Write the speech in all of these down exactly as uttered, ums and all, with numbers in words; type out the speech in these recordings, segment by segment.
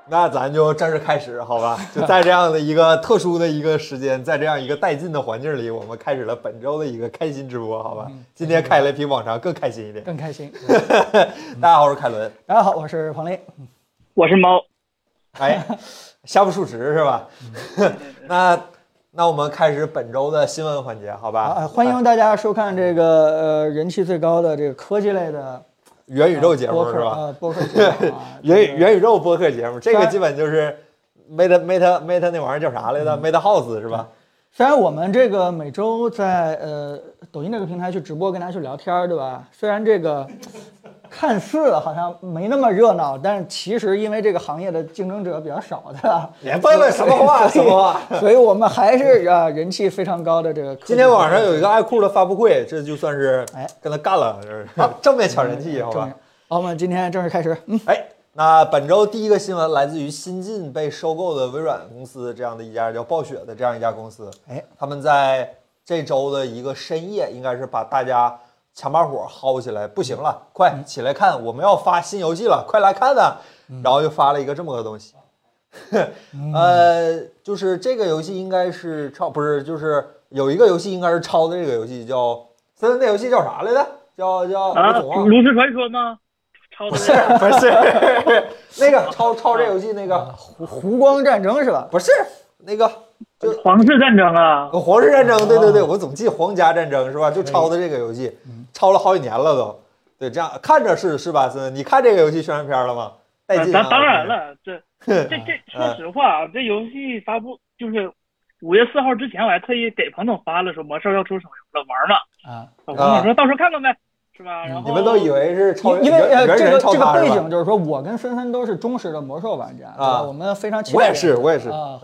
那咱就正式开始，好吧？就在这样的一个特殊的一个时间，在这样一个带劲的环境里，我们开始了本周的一个开心直播，好吧？嗯、今天开了比往常更开心一点， 更开心。 大家好，我是凯伦。 大家好，我是彭林。 我是猫。 哎，下不述职是吧？那那我们开始本周的新闻环节，好吧？ 啊、欢迎大家收看这个呃人气最高的这个科技类的。 元宇宙节目、啊、是吧？ 呃，播客节目、啊， 元元宇宙播客节目，这个基本就是 Meta Meta Meta 那玩意儿叫啥来着、嗯、？Meta House 是吧？ 虽然我们这个每周在呃抖音这个平台去直播，跟大家去聊天，对吧？虽然这个看似好像没那么热闹，但是其实因为这个行业的竞争者比较少，对吧？ 别问问什么话什么话， 所以我们还是啊人气非常高的这个。 今天晚上有一个爱酷的发布会，这就算是哎跟他干了，就是正面抢人气，好吧？ 好，我们今天正式开始。 嗯，哎，那本周第一个新闻来自于新晋被收购的微软公司这样的一家叫暴雪的这样一家公司。哎，他们在这周的一个深夜，应该是把大家强把火薅起来，不行了，快起来看，我们要发新游戏了，快来看呐！然后就发了一个这么个东西。呃，就是这个游戏应该是抄，不是，就是有一个游戏应该是抄的这个游戏叫，森那游戏叫啥来着？叫叫啊，炉石传说吗？抄的不是不是那个抄抄这游戏那个湖湖光战争是吧？ 不是那个就皇室战争啊， 皇室战争，对对对，我总记皇家战争是吧？就抄的这个游戏，抄了好几年了都。对，这样看着是是吧？是，你看这个游戏宣传片了吗？带劲、啊！ 当当然了，这这这说实话，这游戏发布就是五月四号之前，我还特意给彭总发了说魔兽要出手游了，玩嘛。啊，彭总说到时候看看呗。是吧？然后你们都以为是超， 因为呃这个这个背景景就是说我跟森森都是忠实的魔兽玩家啊，我们非常期待。 我也是，我也是啊。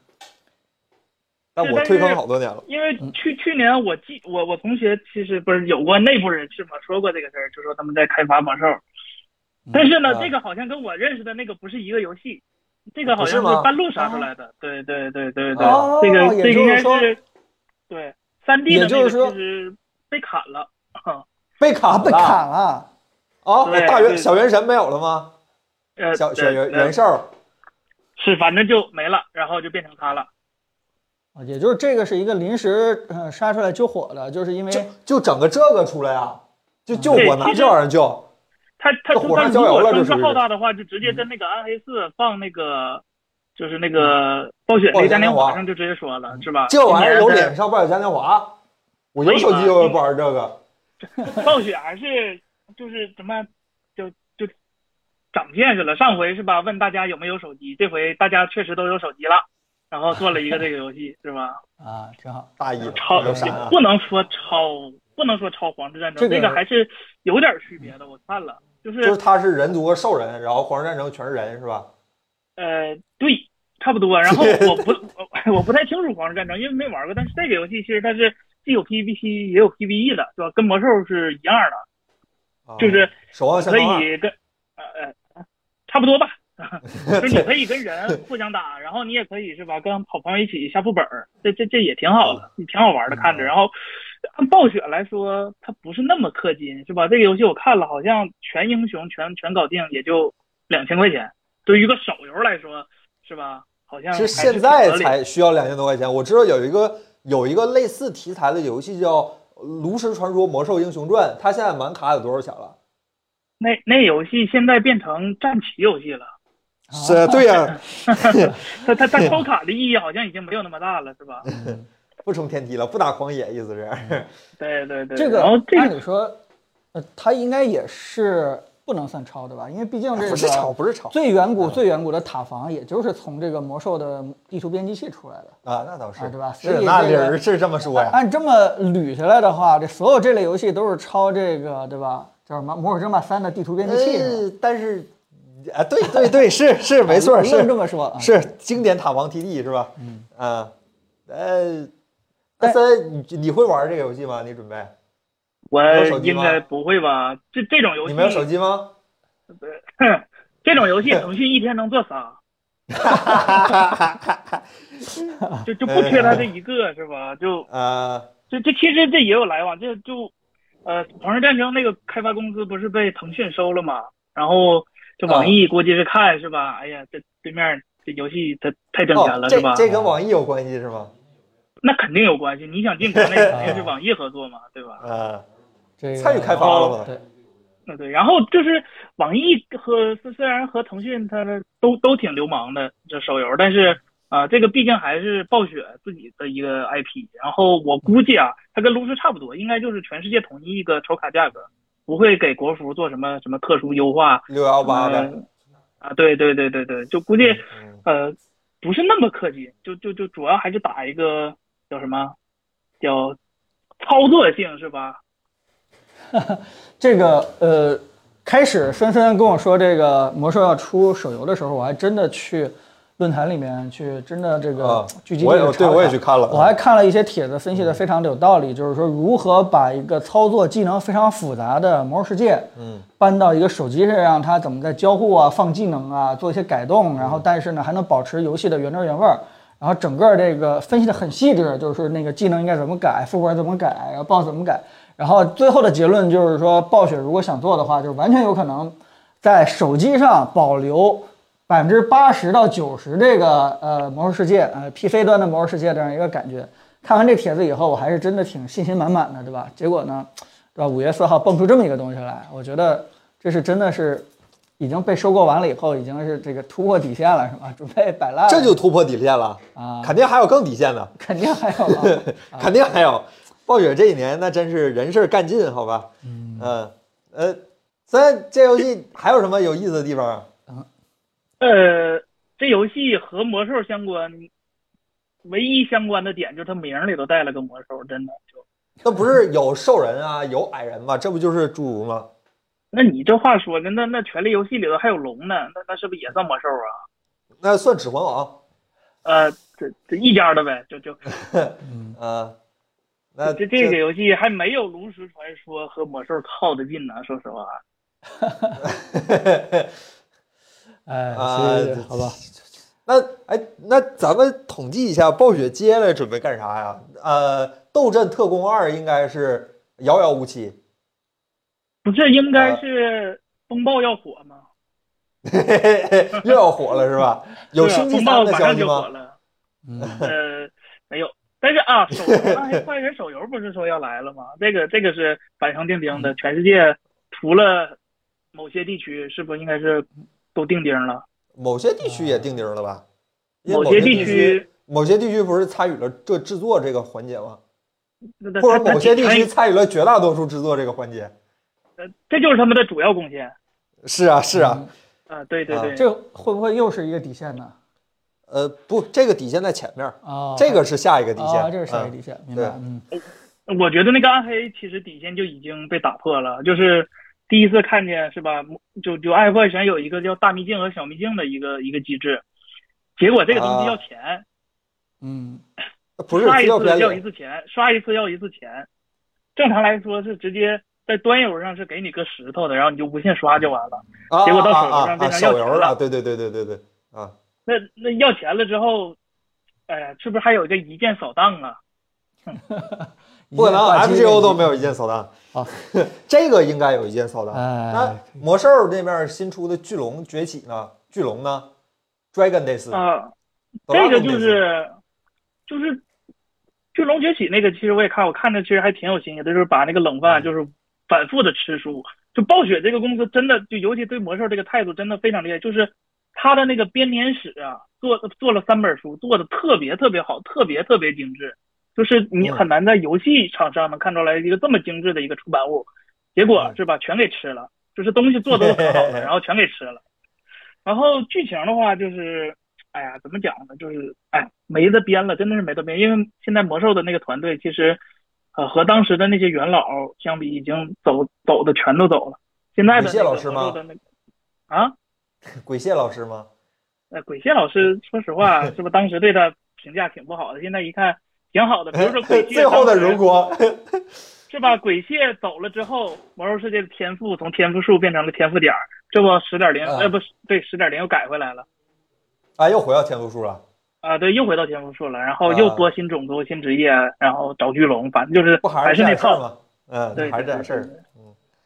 但我退坑好多年了。 因为去去年我记我我同学其实不是有过内部人士嘛，说过这个事儿，就说他们在开发魔兽，但是呢，这个好像跟我认识的那个不是一个游戏，这个好像是半路杀出来的。对对对对对，这个这个应该是对三 D 的那个其实被砍了。 被砍了， 被砍了啊！大元小元神没有了吗？ 呃， 小小元元兽是，反正就没了，然后就变成他了。 啊，也就是这个是一个临时呃杀出来救火的，就是因为就就整个这个出来啊，就救火拿这玩意儿救。 他他火上浇油了， 声势浩大的话，就直接跟那个暗黑四放那个，就是那个暴雪那个嘉年华上就直接说了，是吧？ 这玩意儿有脸上暴雪嘉年华，我有手机我也不玩这个。 暴雪还是就是什么就就长见识了，上回是吧问大家有没有手机，这回大家确实都有手机了，然后做了一个这个游戏是吧？ 啊，挺好， 大意超不能说超不能说超皇室战争，这个、这个还是有点区别的，我看了就是就是它是人族和兽人，然后皇室战争全是人是吧？ 呃，对，差不多。然后我不我我不太清楚皇室战争，因为没玩过，但是这个游戏其实它是既有 P V P 也有 P V E 的，是吧？跟魔兽是一样的，就是可以跟呃呃差不多吧，就是你可以跟人互相打，然后你也可以是吧，跟好朋友一起下副本，这这这也挺好的，挺好玩的看着。然后按暴雪来说，它不是那么氪金，是吧？这个游戏我看了，好像全英雄全全搞定也就两千块钱，对于一个手游来说，是吧？好像是现在才需要两千多块钱。我知道有一个。有一个类似题材的游戏叫《炉石传说：魔兽英雄传》，它现在满卡有多少钱了？ 那那游戏现在变成战棋游戏了。 是，对呀、啊。 它它它抽卡的意义好像已经没有那么大了，是吧？ 不冲天梯了，不打狂野，意思是。 对对对。 这个， 然后这个你说，呃，它应该也是。不能算抄对吧？因为毕竟这个不是抄，不是抄。 最远古、最远古的塔防，也就是从这个魔兽的地图编辑器出来的啊，那倒是， 啊、对吧？ 是那理儿是这么说呀。 按这么捋下来的话，这所有这类游戏都是抄这个，对吧？叫什么《魔兽争霸三》的地图编辑器是吧、 呃、但是，啊，对对对，是是没错，是这么说， 是经典塔防 T D 是吧？嗯啊，呃，阿森，你你会玩这个游戏吗？你准备？ 我应该不会吧？这这种游戏你没有手机吗？ 对，这种游戏腾讯一天能做仨，就就不缺他这一个是吧？就啊， 这这其实这也有来往，这就呃，皇室战争那个开发公司不是被腾讯收了吗？然后这网易估计是看是吧？哎呀，这对面这游戏它太挣钱了、 哦、 是吧？ 这这跟网易有关系是吗？ 那肯定有关系，你想进国内肯定是网易合作嘛，对吧？ 啊， 这个参与开发了嘛？ 对， 那对，然后就是网易和虽然和腾讯它都都挺流氓的这手游，但是啊、呃，这个毕竟还是暴雪自己的一个 I P， 然后我估计啊，它跟炉石差不多，应该就是全世界统一一个抽卡价格，不会给国服做什么什么特殊优化， 六幺八的啊，对对对对对，就估计呃不是那么氪金，就就就主要还是打一个。叫什么？叫操作性是吧？ 这个呃，开始森森跟我说这个魔兽要出手游的时候，我还真的去论坛里面去真的这个聚集地我对我也去看了， 我还看了一些帖子，分析的非常的有道理，就是说如何把一个操作技能非常复杂的魔兽世界，嗯，搬到一个手机上，让它怎么在交互啊、放技能啊做一些改动，然后但是呢还能保持游戏的原汁原味儿。然后整个这个分析的很细致，就是那个技能应该怎么改，副本怎么改，然后 B O S S 怎么改，然后最后的结论就是说，暴雪如果想做的话，就完全有可能在手机上保留百分之八十到九十这个呃魔兽世界呃 P C 端的魔兽世界这样一个感觉。看完这帖子以后，我还是真的挺信心满满的，对吧？结果呢，对吧？五月四号蹦出这么一个东西来，我觉得这是真的是。已经被收购完了以后，已经是这个突破底线了，是吧？准备摆烂， 这就突破底线了啊！肯定还有更底线的， 肯定还有、啊， 肯定还有。暴雪这一年那真是人事干尽，好吧？嗯呃呃，咱这游戏还有什么有意思的地方啊？ 呃，这游戏和魔兽相关，唯一相关的点就是它名里头带了个魔兽，真的就那不是有兽人啊，有矮人吗？这不就是侏儒吗？ 那你这话说的，那那权力游戏里头还有龙呢，那那是不是也算魔兽啊？ 那算指环王？ 呃，这这一家的呗，就就， 嗯啊，那这这个游戏还没有炉石传说和魔兽靠得近呢，说实话。 哎啊，好吧。 那哎，那咱们统计一下，暴雪接下来准备干啥呀？呃，《斗阵特工二》应该是遥遥无期。 不是应该是风暴要火吗？ 又要火了是吧？有星期三的消息吗？ 嗯，呃，没有。但是啊，手游暗黑快人手游不是说要来了吗？这个这个是板上钉钉的，全世界除了某些地区，是不是应该是都钉钉了？ 某些地区也钉钉了吧？ 某些地区， 某些地区不是参与了这制作这个环节吗？或者某些地区参与了绝大多数制作这个环节？ 呃，这就是他们的主要贡献。 是啊，是啊， 啊，对对对， 这会不会又是一个底线呢？ 呃，不，这个底线在前面啊， 这个是下一个底线， 这是下一个底线，明白？嗯， 我觉得那个暗黑其实底线就已经被打破了，就是第一次看见是吧？就就暗黑破坏神有一个叫大秘境和小秘境的一个一个机制，结果这个东西要钱， 嗯， 不是刷一次要一次钱，刷一次要一次钱，正常来说是直接。在端游上是给你个石头的，然后你就无限刷就完了。 啊、 结果到手游上变成要钱了。 啊啊、对对对对对对啊！ 那那要钱了之后，哎呀，是不是还有一个一键扫荡啊？ 不可能 ，F G O 都没有一键扫荡啊。这个应该有一键扫荡。 哎、 那魔兽这边新出的巨龙崛起呢？巨龙呢 ？Dragon Days 啊，这个就是就是巨龙崛起那个，其实我也看，我看着其实还挺有新意的，就是把那个冷饭就是反复的吃书。就暴雪这个公司真的，就尤其对魔兽这个态度真的非常厉害，就是他的那个编年史啊，做做了三本书，做的特别特别好，特别特别精致，就是你很难在游戏场上能看出来一个这么精致的一个出版物，结果是吧，全给吃了，就是东西做的都可好了，然后全给吃了。然后剧情的话就是。哎呀，怎么讲呢？就是哎，没得编了，真的是没得编。因为现在魔兽的那个团队，其实呃和当时的那些元老相比，已经走走的全都走了。现在的鬼蟹老师吗？ 啊， 鬼蟹老师吗？ 呃，鬼蟹老师，说实话，是不是当时对他评价挺不好的？现在一看挺好的。比如说鬼蟹最后的荣光， 是吧？鬼蟹走了之后，魔兽世界的天赋从天赋树变成了天赋点，这不十点零，呃，不是对十点零又改回来了。 啊，又回到天赋树了啊，对，又回到天赋树了，然后又播新种族、新职业，然后找巨龙，反正就是不还是那套吗？嗯， 对， 还是这事儿。嗯，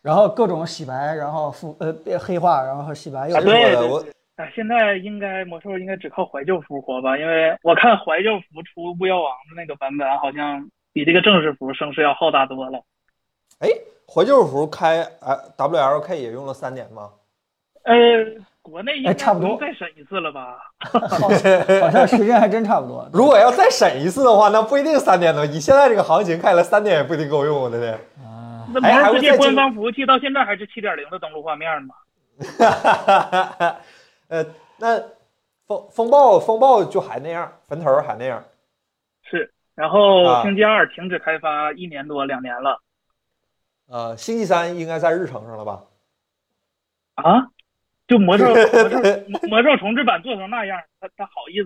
然后各种洗白，然后复呃黑化，然后洗白又啊， 是对对对。啊，现在应该魔兽应该只靠怀旧服活吧？因为我看怀旧服出巫妖王的那个版本，好像比这个正式服声势要浩大多了。 哎，怀旧服开呃 W L K 也用了三年吗？ 呃，国内应该差不多再审一次了吧？ 好, 好像时间还真差不多。 如果要再审一次的话，那不一定三年呢。以现在这个行情，开了三年也不一定够用，我的天！ 啊， 那魔兽世界官方服务器到现在还是 七点零 的登录画面吗？ 呃，那风风暴风暴就还那样，坟头还那样。 是，然后星际二停止开发一年多两年了。 呃，星际三应该在日程上了吧？ 啊？就魔兽魔兽魔兽重置版做成那样，他他好意思？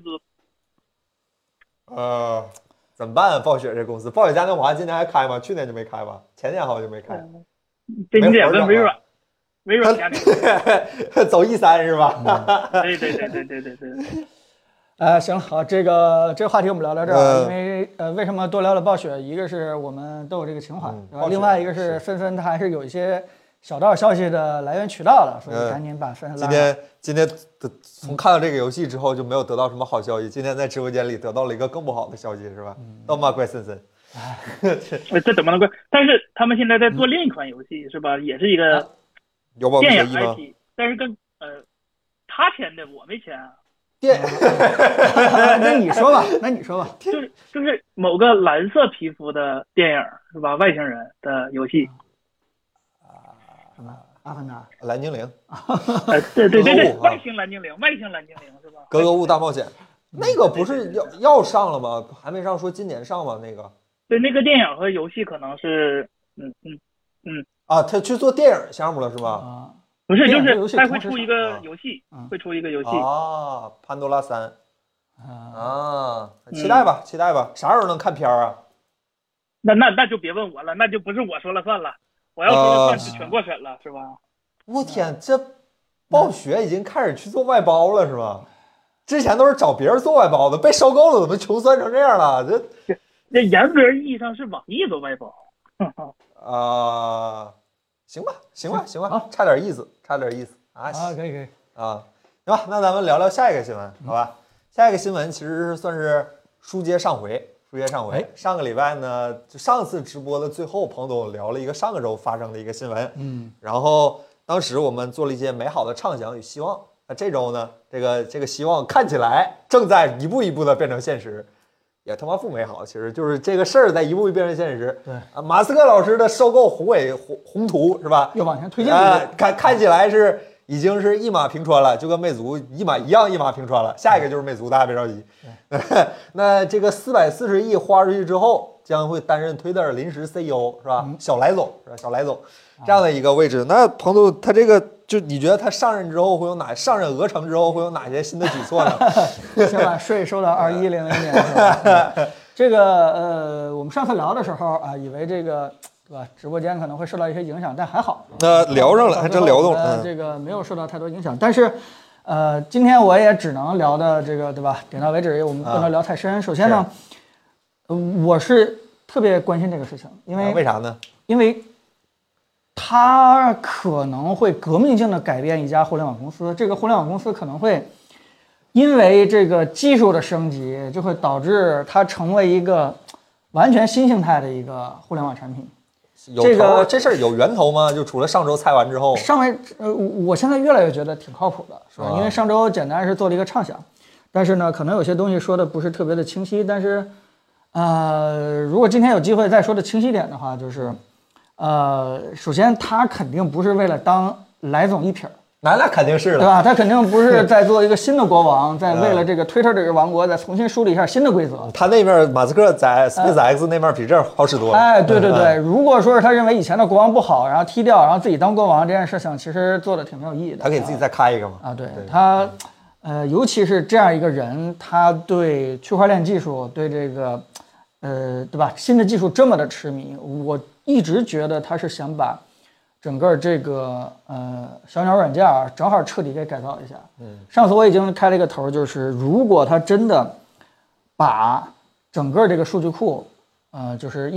呃，怎么办啊？暴雪这公司，暴雪嘉年华今年还开吗？去年就没开吧？前年好像就没开。 嗯、这你得问微软。微软家走 E 三是吧？ 嗯、对对对对对对对。 呃，行，好，这个这个话题我们聊到这儿，呃、因为呃，为什么多聊了暴雪？一个是我们都有这个情怀， 嗯、 对吧？另外一个是纷纷他还是有一些小道消息的来源渠道的，所以赶紧把纷纷拉。 今天今天从看到这个游戏之后就没有得到什么好消息，今天在直播间里得到了一个更不好的消息，是吧？都骂怪森森。 哎， 这怎么能怪？但是他们现在在做另一款游戏，是吧？也是一个。电影 I P， 但是跟呃他签的，我没签啊。 电， 那你说吧，那你说吧， 就是就是某个蓝色皮肤的电影是吧？外星人的游戏啊，什么阿凡达、 蓝精灵呃，对对对对，外星蓝精灵，外星蓝精灵是吧？ 格格巫大冒险，那个不是要要上了吗？还没上，说今年上吗？那个对，那个电影和游戏可能是，嗯嗯嗯。 啊，他去做电影项目了是吧？ 啊， 不是，就是他会出一个游戏， 啊、 会出一个游戏啊，潘多拉三啊啊，期待吧，嗯、期待吧，啥时候能看片儿啊？ 那那那就别问我了，那就不是我说了算了，我要说了算是全过审了，啊、是吧？ 我天，这暴雪已经开始去做外包了是吧？之前都是找别人做外包的，被收购了，怎么穷酸成这样了？这这这严格意义上是网易做外包。 啊、呃，行吧，行吧，行吧，啊，差点意思，差点意思啊！ 啊，可以可以啊，行吧，那咱们聊聊下一个新闻，好吧？嗯、下一个新闻其实是算是书接上回，书接上回。上个礼拜呢，就上次直播的最后，彭总聊了一个上个周发生的一个新闻， 嗯， 然后当时我们做了一些美好的畅想与希望。那这周呢，这个这个希望看起来正在一步一步的变成现实。也他妈不美好，其实就是这个事儿在一步步变成现实。 对啊，马斯克老师的收购宏伟宏宏图是吧？ 又往前推进啊，看看起来是已经是一马平川了，就跟魅族一马一样一马平川了。下一个就是魅族，大家别着急。那这个四百四十亿花出去之后，将会担任 Twitter 临时 C E O 是吧？嗯、小莱总是吧？小莱总这样的一个位置。那彭总他这个。就你觉得他上任之后会有哪上任鹅城之后会有哪些新的举措呢？ 先把税收到二一零零年是吧？这个呃，我们上次聊的时候啊，以为这个对吧，直播间可能会受到一些影响，但还好。 那、呃、聊上了，还真聊动了。 这个没有受到太多影响，但是呃，今天我也只能聊的这个对吧，点到为止，我们不能聊太深。啊、首先呢，呃，我是特别关心这个事情，因为、 啊、为啥呢？ 因为。它可能会革命性的改变一家互联网公司，这个互联网公司可能会因为这个技术的升级，就会导致它成为一个完全新形态的一个互联网产品。 有这个这事儿有源头吗？就除了上周猜完之后， 上回呃，我现在越来越觉得挺靠谱的，是吧？因为上周简单是做了一个畅想，但是呢，可能有些东西说的不是特别的清晰，但是呃，如果今天有机会再说的清晰点的话，就是。呃，首先他肯定不是为了当莱总一撇儿， 那那肯定是的， 对吧？他肯定不是在做一个新的国王，在为了这个推特这个王国再重新梳理一下新的规则。 他那面马斯克在 SpaceX 那面比这儿好使多了。 哎，对对对，如果说是他认为以前的国王不好，然后踢掉，然后自己当国王这件事情，其实做的挺没有意义的。 他给自己再开一个嘛？ 啊，对他，呃，尤其是这样一个人，他对区块链技术，对这个，呃，对吧？新的技术这么的痴迷，我。一直觉得他是想把整个这个呃小鸟软件啊，正好彻底给改造一下。嗯，上次我已经开了一个头，就是如果他真的把整个这个数据库，呃，就是因为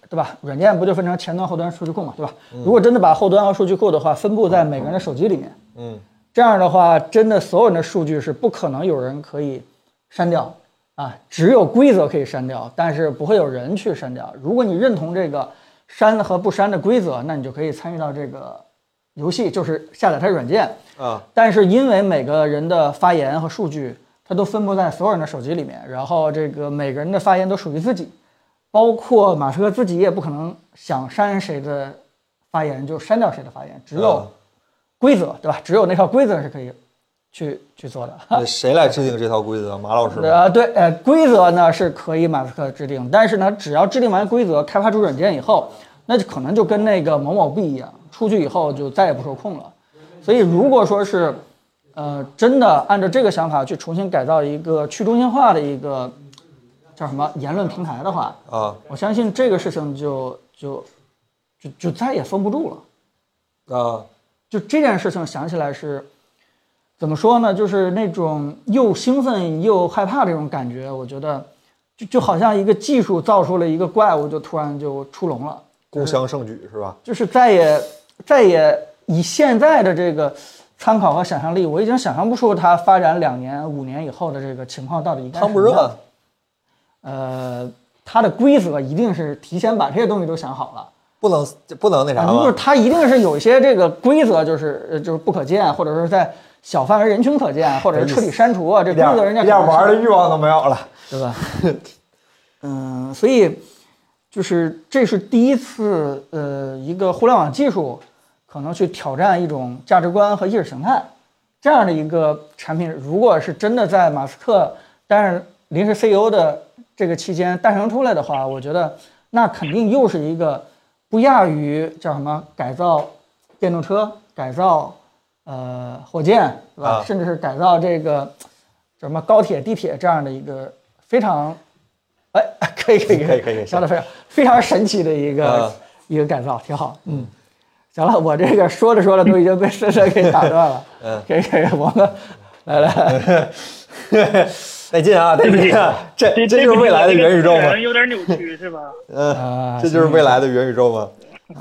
对吧？软件不就分成前端、后端数据库嘛，对吧？嗯、如果真的把后端和数据库的话分布在每个人的手机里面， 嗯， 这样的话，真的所有人的数据是不可能有人可以删掉啊，只有规则可以删掉，但是不会有人去删掉。如果你认同这个删和不删的规则，那你就可以参与到这个游戏，就是下载它的软件啊。 但是因为每个人的发言和数据，它都分布在所有人的手机里面，然后这个每个人的发言都属于自己，包括马斯克自己也不可能想删谁的发言就删掉谁的发言，只有规则，对吧？只有那套规则是可以去去做的。 谁来制定这套规则？马老师？ 呃，对，呃，规则呢是可以马斯克制定，但是呢，只要制定完规则，开发出软件以后，那就可能就跟那个某某币一样，出去以后就再也不受控了。所以如果说是呃，真的按照这个想法去重新改造一个去中心化的一个叫什么言论平台的话啊， 我相信这个事情就就就就再也封不住了啊。 就这件事情想起来是怎么说呢？就是那种又兴奋又害怕这种感觉，我觉得就就好像一个技术造出了一个怪物，就突然就出笼了， 共襄盛举是吧？ 就是再也再也以现在的这个参考和想象力，我已经想象不出它发展两年、五年以后的这个情况到底应该是什么样。 汤不热， 呃，它的规则一定是提前把这些东西都想好了， 不能不能那啥吗？ 就是它一定是有一些这个规则，就是就是不可见，或者是在小范围人群可见，或者是彻底删除啊，这规则人家一点玩的欲望都没有了， 对吧？嗯，所以就是这是第一次，呃，一个互联网技术可能去挑战一种价值观和意识形态，这样的一个产品，如果是真的在马斯克担任临时 C E O 的这个期间诞生出来的话，我觉得那肯定又是一个不亚于叫什么改造电动车、改造呃火箭，对吧？ 啊、 甚至是改造这个叫什么高铁、地铁这样的一个非常，哎，可以可以可以可以， 说的非常非常神奇的一个、啊、一个改造，挺好，嗯。行了，我这个说着说着都已经被深深给打断了。嗯，可以可以，我们来来， 带劲啊，带劲啊！这这就是未来的元宇宙吗？ 有点扭曲是吧？ 嗯，这就是未来的元宇宙吗？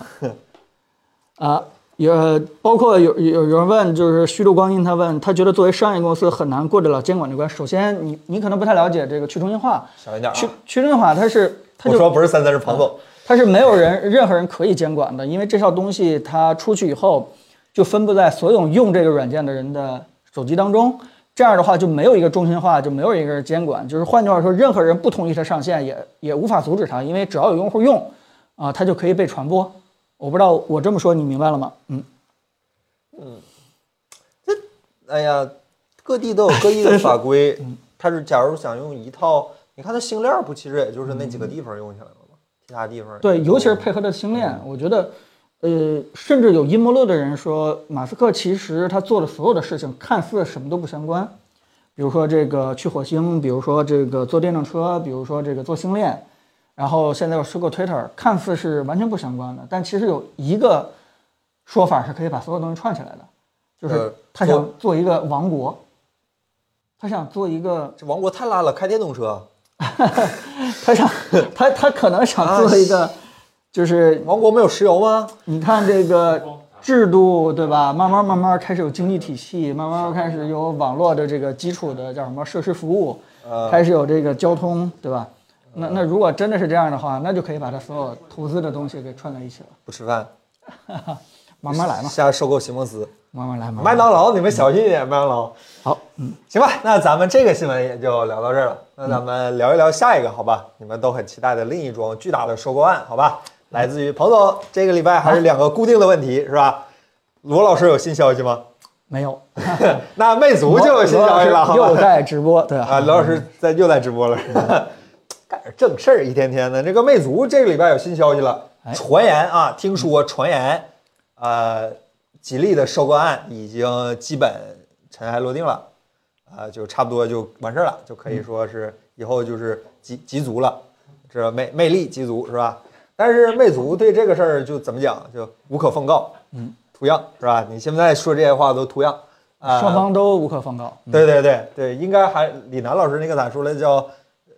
啊，有包括有有有人问，就是虚度光阴，他问他觉得作为商业公司很难过得了监管这关。首先，你你可能不太了解这个去中心化， 小一点啊。 去去中心化，它是它就我说不是三三是彭总。 它是没有人任何人可以监管的，因为这套东西它出去以后就分布在所有用这个软件的人的手机当中，这样的话就没有一个中心化，就没有一个人监管。就是换句话说，任何人不同意它上线也也无法阻止它，因为只要有用户用啊，它就可以被传播。我不知道我这么说你明白了吗？嗯嗯，这哎呀，各地都有各地的法规。它是假如想用一套，你看它星链不其实也就是那几个地方用起来了。其他地方对，尤其是配合的星链，我觉得，呃，甚至有阴谋论的人说，马斯克其实他做的所有的事情看似什么都不相关，比如说这个去火星，比如说这个做电动车，比如说这个做星链，然后现在又收购 Twitter， 看似是完全不相关的，但其实有一个说法是可以把所有东西串起来的，就是他想做一个王国，他想做一个这王国太烂了，开电动车。 他想，他他可能想做一个，就是王国没有石油吗？ 你看这个制度，对吧？慢慢慢慢开始有经济体系，慢慢开始有网络的这个基础的叫什么设施服务，开始有这个交通，对吧？那那如果真的是这样的话，那就可以把它所有投资的东西给串在一起了。 不吃饭， 慢慢来嘛。 下收购席梦思， 慢慢来嘛。 麦当劳，你们小心一点，麦当劳。 好，嗯， 行吧，那咱们这个新闻也就聊到这儿了。那咱们聊一聊下一个，好吧？你们都很期待的另一桩巨大的收购案，好吧？来自于彭总，这个礼拜还是两个固定的问题，是吧？罗老师有新消息吗？ 没有。 那魅族就有新消息了，好吧？ 又在直播，对啊，罗老师在又在直播了，是吧？干点正事儿，一天天的。这个魅族这个礼拜有新消息了，传言啊，听说传言，呃，吉利的收购案已经基本尘埃落定了。啊、呃，就差不多就完事儿了，就可以说是以后就是集集足了，这魅魅力集足是吧？但是魅族对这个事儿就怎么讲，就无可奉告，嗯，图样是吧？你现在说这些话都图样，啊、呃， 双方都无可奉告。 嗯、对对对对，应该还李楠老师那个咋说来叫，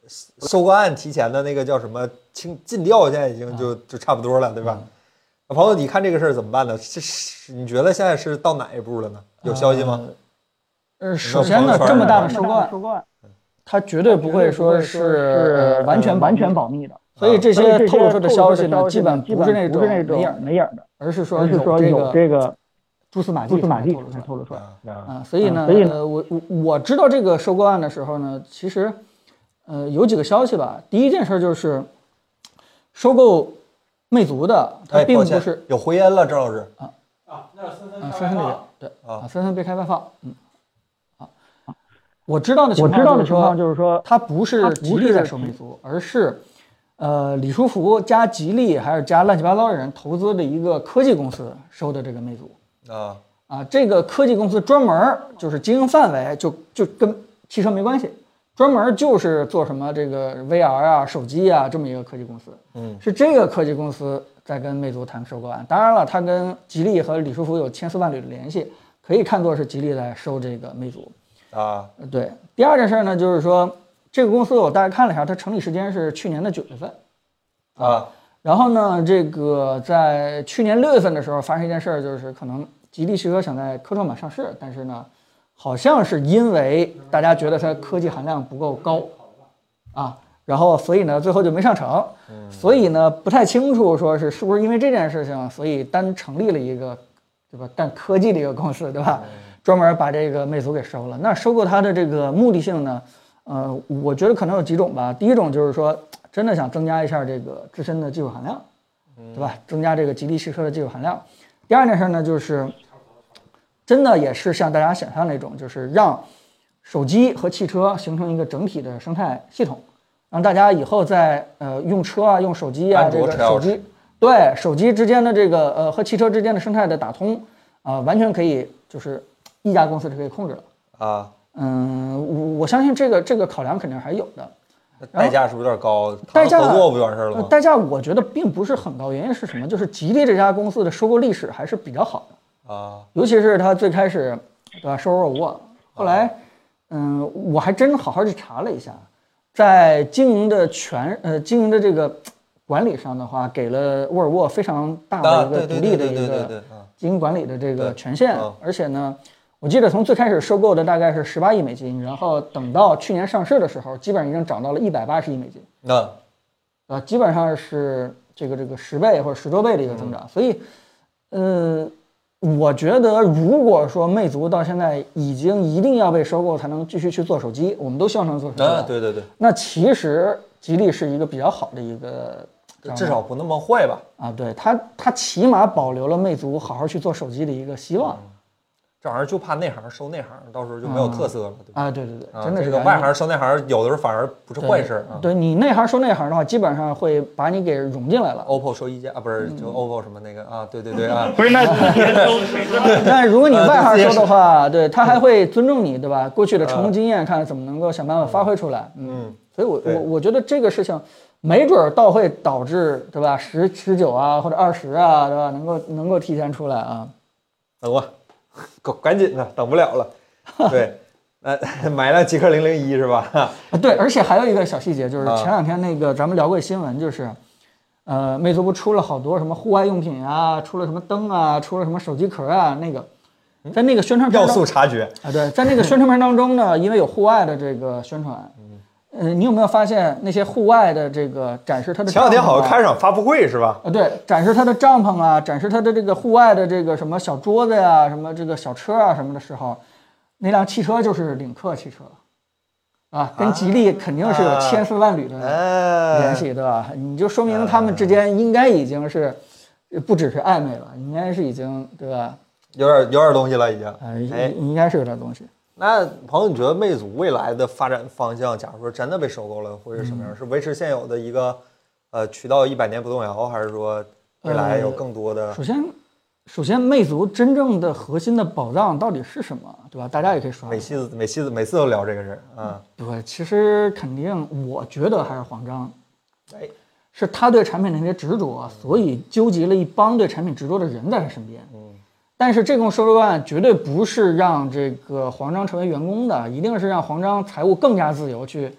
收购案提前的那个叫什么清尽调，现在已经就就差不多了，对吧？嗯、朋友，你看这个事儿怎么办呢？这是你觉得现在是到哪一步了呢？有消息吗？ 呃，首先呢，这么大的收购案，它绝对不会说是完全完全保密的。所以这些透露出的消息呢，基本不是那种没影没影的，而是说有这个这个蛛丝马迹才透露出来啊。所以呢，呃，我我我知道这个收购案的时候呢，其实呃有几个消息吧。第一件事就是，收购魅族的，它并不是有回音了，郑老师啊啊，那森森啊森森这边对啊森森别开外放，嗯啊，我知道的情况就是说，它不是吉利在收魅族，而是。呃，李书福加吉利还是加乱七八糟的人投资的一个科技公司收的这个魅族啊啊，这个科技公司专门就是经营范围就就跟汽车没关系，专门就是做什么这个 V R 啊、手机啊这么一个科技公司。嗯，是这个科技公司在跟魅族谈收购案。当然了，它跟吉利和李书福有千丝万缕的联系，可以看作是吉利在收这个魅族啊。对，第二件事呢，就是说。这个公司我大概看了一下，它成立时间是去年的九月份，啊，然后呢，这个在去年六月份的时候发生一件事儿，就是可能吉利汽车想在科创板上市，但是呢，好像是因为大家觉得它科技含量不够高，啊，然后所以呢最后就没上成，所以呢不太清楚说是是不是因为这件事情，所以单成立了一个，对吧？干科技的一个公司，对吧？专门把这个魅族给收了。那收购它的这个目的性呢？呃，我觉得可能有几种吧。第一种就是说，真的想增加一下这个自身的技术含量，对吧？增加这个吉利汽车的技术含量。第二件事呢，就是真的也是像大家想象那种，就是让手机和汽车形成一个整体的生态系统，让大家以后在呃用车啊、用手机啊，这个手机对手机之间的这个呃和汽车之间的生态的打通啊、呃，完全可以就是一家公司就可以控制了啊。嗯，我我相信这个这个考量肯定还是有的， 代价是不是有点高？ 代价合作不就完事了吗？ 代价我觉得并不是很高，原因是什么？就是吉利这家公司的收购历史还是比较好的啊，尤其是它最开始对吧收购沃尔沃，后来嗯，我还真好好去查了一下，在经营的权呃经营的这个管理上的话，给了沃尔沃非常大的一个独立的一个经营管理的这个权限，而且呢。我记得从最开始收购的大概是十八亿美金，然后等到去年上市的时候，基本上已经涨到了一百八十亿美金。那，啊，基本上是这个这个十倍或者十多倍的一个增长。嗯、所以，呃，我觉得如果说魅族到现在已经一定要被收购才能继续去做手机，我们都希望能做手机。 啊，对对对。 那其实吉利是一个比较好的一个， 至少不那么坏吧？ 啊，对，它它起码保留了魅族好好去做手机的一个希望。嗯这玩意儿就怕内行收内行，到时候就没有特色了，对吧？ 啊，对对对，真的是这个外行收内行，有的时候反而不是坏事。 对你内行收内行的话，基本上会把你给融进来了。 O P P O 收一加啊，不是就 O P P O 什么那个啊？对对对啊， 不是那但如果你外行收的话，对他还会尊重你，对吧？过去的成功经验，看怎么能够想办法发挥出来。嗯，所以我我我觉得这个事情没准倒会导致，对吧？十十九啊，或者二十啊，对吧？能够能够提前出来啊。 等吧。赶紧的，等不了了。对，呃，买辆极氪零零一是吧？ 对，而且还有一个小细节，就是前两天那个咱们聊过新闻，就是，呃，魅族不出了好多什么户外用品啊，出了什么灯啊，出了什么手机壳啊，那个，在那个宣传片要素察觉啊，对，在那个宣传片当中呢，因为有户外的这个宣传。呃，你有没有发现那些户外的这个展示它的前两天好像开场发布会是吧？ 啊，对，展示它的帐篷啊，展示它的这个户外的这个什么小桌子呀、什么这个小车啊什么的时候，那辆汽车就是领克汽车，啊，跟吉利肯定是有千丝万缕的联系，对吧？你就说明他们之间应该已经是不只是暧昧了，应该是已经对吧？ 有点有点东西了，已经。 哎，应该是有点东西。 那朋友，你觉得魅族未来的发展方向，假如说真的被收购了，会是什么样？嗯、是维持现有的一个呃渠道一百年不动摇，还是说未来有更多的？ 呃、首先，首先，魅族真正的核心的宝藏到底是什么，对吧？大家也可以说。 每次每次每次都聊这个事儿啊。 对，其实肯定，我觉得还是黄章，哎，是他对产品的那些执着，所以纠集了一帮对产品执着的人在他身边。嗯。但是这种收购案绝对不是让这个黄章成为员工的，一定是让黄章财务更加自由去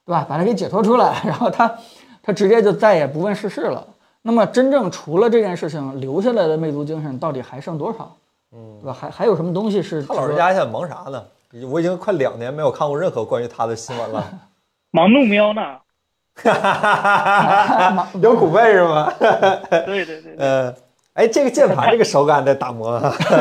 对吧？把它给解脱出来，然后他他直接就再也不问世事了。那么真正除了这件事情留下来的魅族精神到底还剩多少？嗯，对吧？还还有什么东西是？ 他老人家现在忙啥呢？我已经快两年没有看过任何关于他的新闻了。 忙怒喵呢？ 有虎背是吗？ 对对对。 呃，哎，这个键盘这个手感得打磨。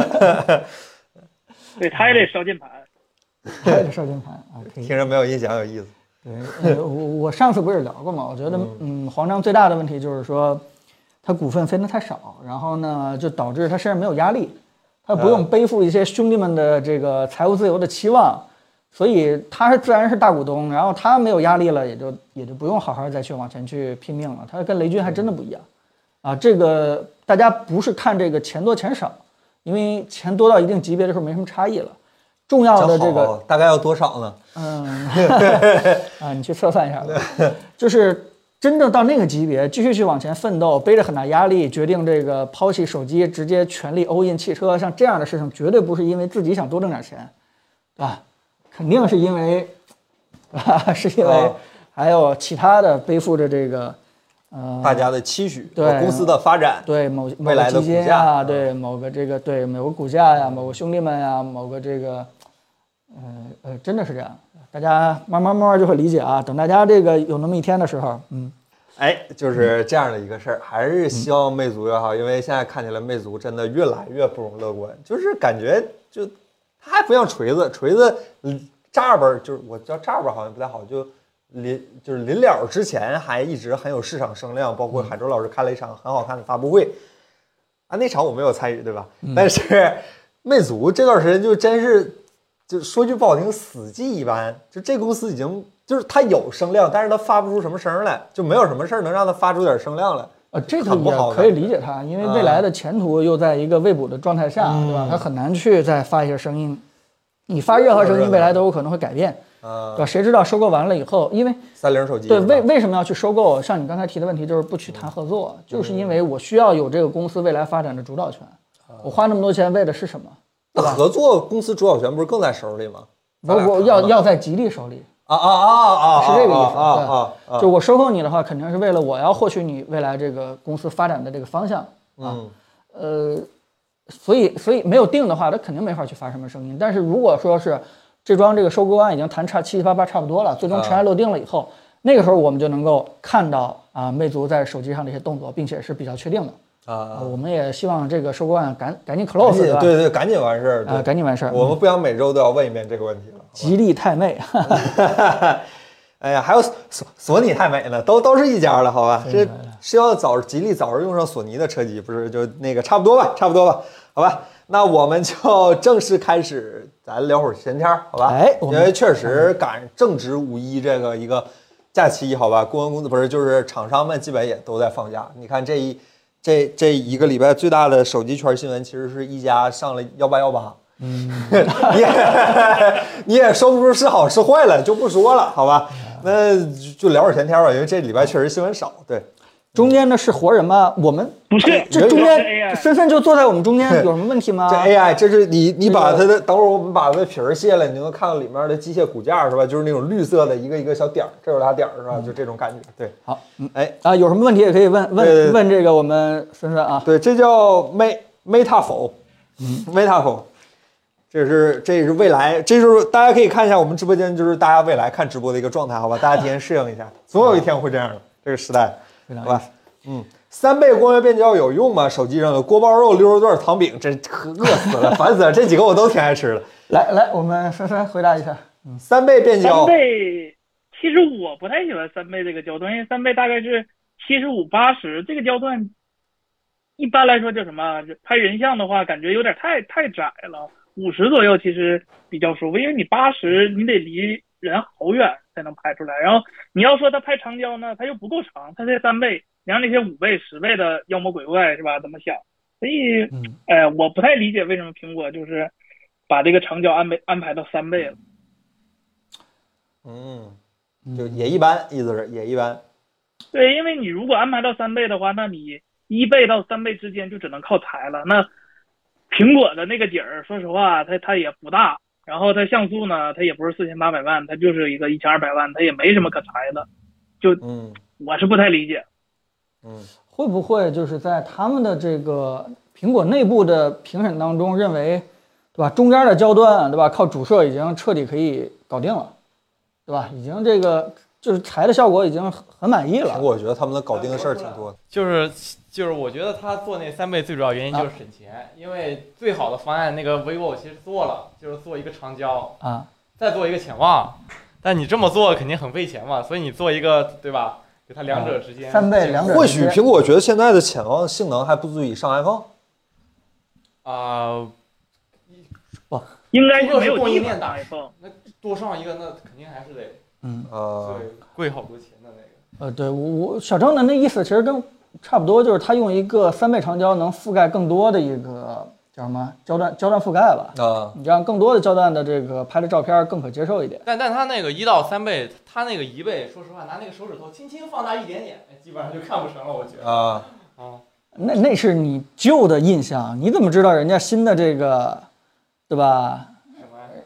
对，他也得烧键盘。 他也得烧键盘啊， 听着没有印象有意思。 对，呃，我我上次不是聊过吗？我觉得，嗯，黄章最大的问题就是说，他股份分的太少，然后呢，就导致他身上没有压力，他不用背负一些兄弟们的这个财务自由的期望，所以他是自然是大股东，然后他没有压力了，也就也就不用好好再去往前去拼命了。他跟雷军还真的不一样，啊，这个大家不是看这个钱多钱少，因为钱多到一定级别的时候没什么差异了。重要的这个大概要多少呢？ 嗯，啊，你去测算一下吧。就是真正到那个级别，继续去往前奋斗，背着很大压力，决定这个抛弃手机，直接全力 all in 汽车，像这样的事情，绝对不是因为自己想多挣点钱，对吧？肯定是因为，啊，是因为还有其他的背负着这个，呃， 大家的期许， 对公司的发展， 对某未来的股价啊，对某个这个对某个股价呀，某个兄弟们呀，某个这个。呃呃，真的是这样，大家慢慢慢慢就会理解啊。等大家这个有那么一天的时候，嗯， 哎，就是这样的一个事儿，还是希望魅族也好，因为现在看起来魅族真的越来越不容乐观，就是感觉就它还不像锤子，锤子炸吧，就是我叫炸吧好像不太好，就临就是临了之前还一直很有市场声量，包括海州老师开了一场很好看的发布会，啊，那场我没有参与，对吧？嗯、但是魅族这段时间就真是。就说句不好听，死寂一般。就这公司已经就是它有声量，但是它发不出什么声来，就没有什么事儿能让它发出点声量来。 呃，这个也可以理解它，因为未来的前途又在一个未卜的状态下， 嗯、 对吧？它很难去再发一些声音。你发任何声音，未来都有可能会改变， 嗯、 对吧？谁知道收购完了以后，因为三菱手机对为为什么要去收购？像你刚才提的问题，就是不去谈合作，嗯、就是因为我需要有这个公司未来发展的主导权。嗯、我花那么多钱为的是什么？ 那合作公司主导权不是更在手里吗？ 不不，要要在吉利手里啊啊啊啊！ 是这个意思啊啊啊！ 就我收购你的话，肯定是为了我要获取你未来这个公司发展的这个方向啊。呃，所以所以没有定的话，他肯定没法去发什么声音。但是如果说是这桩这个收购案已经谈差七七八八差不多了，最终尘埃落定了以后，那个时候我们就能够看到啊，魅族在手机上的一些动作，并且是比较确定的。啊，我们也希望这个收购案赶赶紧 close， 对吧？ 对对，赶紧完事儿啊，赶紧完事儿。 我们不想每周都要问一遍这个问题了。 吉利太妹， 哎呀，还有索索尼太美呢，都都是一家了，好吧？这是要早吉利早日用上索尼的车机，不是就那个差不多吧？差不多吧？好吧，那我们就正式开始，咱聊会儿闲天，好吧？ 哎， 因为确实赶正值五一这个一个假期，好吧？顾问公司不是就是厂商们基本也都在放假，你看这一。这这一个礼拜最大的手机圈新闻，其实是一加上了幺八幺八，嗯，你也你也说不出是好是坏了，就不说了，好吧？那就聊会儿闲天吧，因为这礼拜确实新闻少。对， 中间的是活人吗？我们不是， 这中间森森就坐在我们中间，有什么问题吗？ 这 A I 这是你你把它的，等会儿我们把它的皮儿卸了，你就能看到里面的机械骨架是吧？就是那种绿色的一个一个小点儿，这有俩点儿是吧？就这种感觉。对， 好， 嗯，哎啊，有什么问题也可以问问问这个我们森森啊。 对，这叫 Meta Metaphor， 嗯 ，Metaphor， 这是这是未来，这就是大家可以看一下我们直播间，就是大家未来看直播的一个状态，好吧？大家提前适应一下，总有一天会这样的这个时代，好吧？嗯。三倍光学变焦有用吗？手机上有锅包肉、溜肉段、糖饼，这饿死了，烦死了！这几个我都挺爱吃的。 来来，我们珊珊回答一下。 嗯，三倍变焦。 三倍，其实我不太喜欢三倍这个焦段，因为三倍大概是七十五、八十这个焦段，一般来说叫什么？拍人像的话，感觉有点太太窄了。五十左右其实比较舒服，因为你八十你得离人好远才能拍出来。然后你要说它拍长焦呢，它又不够长，它才三倍。你让那些五倍、十倍的妖魔鬼怪是吧？怎么想？所以，嗯，呃，我不太理解为什么苹果就是把这个长焦安排安排到三倍了。 嗯，就也一般，意思是也一般。 对，因为你如果安排到三倍的话，那你一倍到三倍之间就只能靠裁了。那苹果的那个底儿，说实话，它它也不大然后它像素呢，它也不是四千八百万，它就是一个一千二百万，它也没什么可裁的，就嗯， 我是不太理解。 嗯， 会不会就是在他们的这个苹果内部的评审当中认为，对吧？中间的焦段，对吧？靠主摄已经彻底可以搞定了，对吧？已经这个就是裁的效果已经很满意了。 苹果我觉得他们的搞定的事儿挺多的。 就是就是我觉得他做那三倍最主要原因就是省钱，啊、因为最好的方案那个 vivo 其实做了，就是做一个长焦啊， 再做一个潜望，但你这么做肯定很费钱嘛，所以你做一个对吧？给它两者之间、 啊、三倍两者之间。 或许苹果觉得现在的潜望性能还不足以上 iPhone。 啊、呃， 不， 应该是没有供应链大 iPhone， 那多上一个那肯定还是得嗯呃对贵好多钱的那个。 呃，对我我小郑的那意思其实跟差不多，就是他用一个三倍长焦能覆盖更多的一个叫什么焦段焦段覆盖吧？ 啊， 你让更多的焦段的这个拍的照片更可接受一点。 但但他那个一到三倍，他那个一倍，说实话，拿那个手指头轻轻放大一点点，基本上就看不成了，我觉得。 啊啊， 那那是你旧的印象，你怎么知道人家新的这个，对吧？ 什么呀？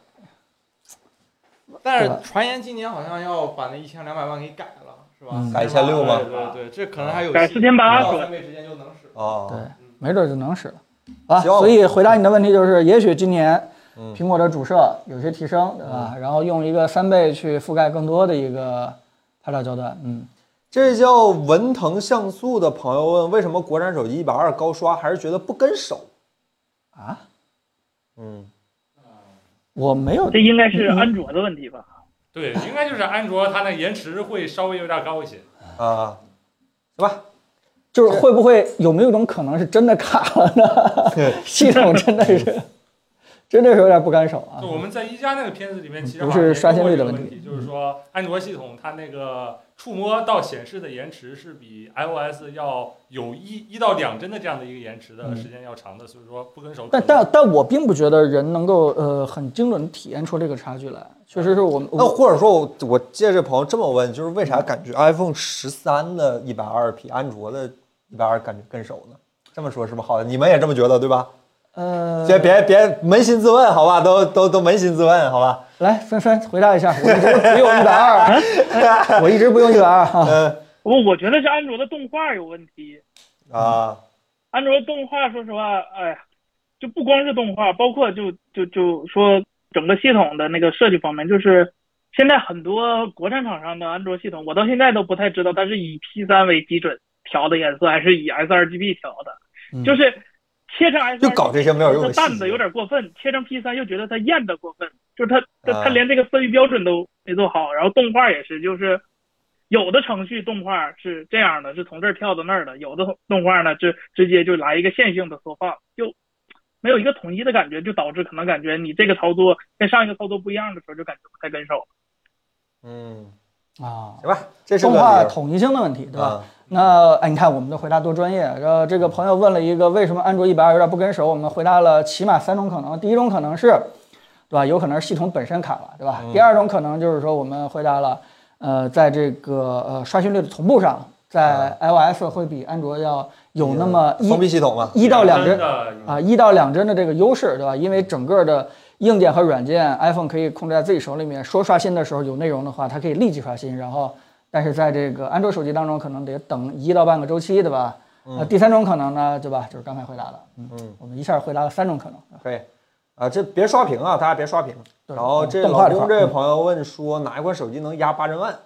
但是传言今年好像要把那一千两百万给改了，是吧？ 嗯、 改一千六吗？ 对对对，这可能还有改四千八， 到三倍之间就能使。 哦， 对，没准就能使了。啊，所以回答你的问题就是，也许今年苹果的主摄有些提升，对吧？然后用一个三倍去覆盖更多的一个拍照焦段。嗯， 这叫文腾像素的朋友问，为什么国产手机一百二高刷还是觉得不跟手？ 啊？ 嗯， 我没有， 这应该是安卓的问题吧？ 对，应该就是安卓它那延迟会稍微有点高一些。 啊，行吧。 就是会不会有没有一种可能是真的卡了呢？系统真的是，真的是有点不干手啊。 我们在一加那个片子里面，其实不是刷新率的问题，就是说安卓系统它那个触摸到显示的延迟是比 iOS 要有一一到两帧的这样的一个延迟的时间要长的，所以说不跟手。 但但但我并不觉得人能够呃很精准体验出这个差距来。确实是我们那或者说我我借这朋友这么问，就是为啥感觉 iPhone 十三的一百二比安卓的一百二感觉跟手呢？这么说是不是好的？你们也这么觉得对吧？ 呃， 别别别扪心自问好吧，都都都扪心自问好吧。 来，纷纷回答一下，我一直不用一百二，我一直不用一百二哈。 我我觉得是安卓的动画有问题啊。 安卓动画说实话，哎呀，就不光是动画，包括就就就说。整个系统的那个设计方面，就是现在很多国产厂商的安卓系统，我到现在都不太知道它是以 P 三 为基准调的颜色，还是以 S R G B 调的。嗯、就是切成 S R G B 就搞这些没有用的淡的有点过分，切成 P 三 又觉得它艳的过分，就是它它它连这个色域标准都没做好。然后动画也是，就是有的程序动画是这样的，是从这儿跳到那儿的；有的动画呢，就直接就来一个线性的缩放，就。没有一个统一的感觉，就导致可能感觉你这个操作跟上一个操作不一样的时候，就感觉不太跟手。 嗯， 啊， 行吧，这是动画统一性的问题，对吧？嗯、那哎，你看我们的回答多专业。然后这个朋友问了一个为什么安卓一百二有点不跟手，我们回答了起码三种可能。第一种可能是，对吧？有可能是系统本身卡了，对吧？嗯、第二种可能就是说我们回答了，呃，在这个呃刷新率的同步上，在 iOS 会比安卓要。有那么一封闭系统嘛， 一到两帧啊，一到两帧的这个优势，对吧？因为整个的硬件和软件 ，iPhone 可以控制在自己手里面。说刷新的时候有内容的话，它可以立即刷新。然后，但是在这个安卓手机当中，可能得等一到半个周期，对吧？嗯、呃，第三种可能呢，对吧？就是刚才回答的，嗯，嗯我们一下回答了三种可能。 可以，啊，这别刷屏啊，大家别刷屏。然后这老公这位朋友问说，哪一款手机能压八帧万？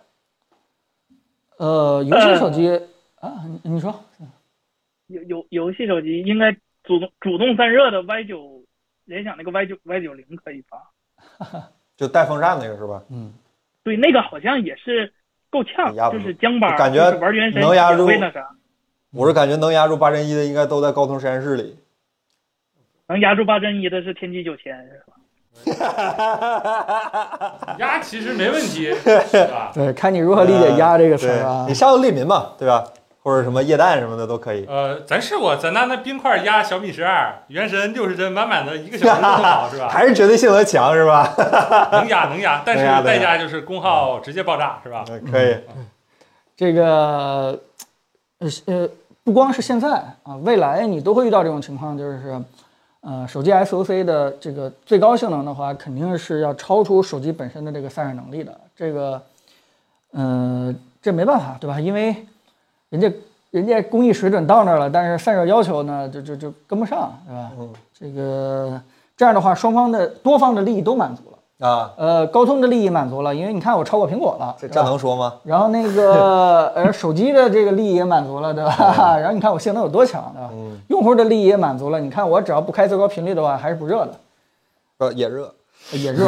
呃，游戏手机啊，你说。 游游游戏手机应该主动主动散热的 Y 九，联想那个 Y 九 Y 九零可以吧？ 就带风扇那个是吧？ 嗯， 对，那个好像也是够呛，就是江巴感觉玩原神能压住那啥。 我是感觉能压住八帧一的，应该都在高通实验室里。 能压住八帧一的是天玑九千是吧？压其实没问题，是吧？ 对，看你如何理解“压”这个词啊。 你上个利民嘛，对吧？或者什么液氮什么的都可以。 呃，咱试过，咱拿那冰块压小米十二，原神六十帧，满满的一个小时都好，是吧？ 还是绝对性能强，是吧？ 能压能压，但是代价就是功耗直接爆炸，是吧？ 可以。 嗯、这个，呃呃，不光是现在啊，未来你都会遇到这种情况，就是， 呃，手机 S O C 的这个最高性能的话，肯定是要超出手机本身的这个散热能力的。这个，嗯、呃，这没办法，对吧？因为人家人家工艺水准到那儿了，但是散热要求呢，就就就跟不上，对吧？ 嗯， 这个这样的话，双方的多方的利益都满足了。 啊， 呃，高通的利益满足了，因为你看我超过苹果了， 这这能说吗？ 然后那个呃手机的这个利益也满足了，对吧？嗯、然后你看我性能有多强，对吧？嗯、用户的利益也满足了，你看我只要不开最高频率的话，还是不热的。 呃，也热， 也热。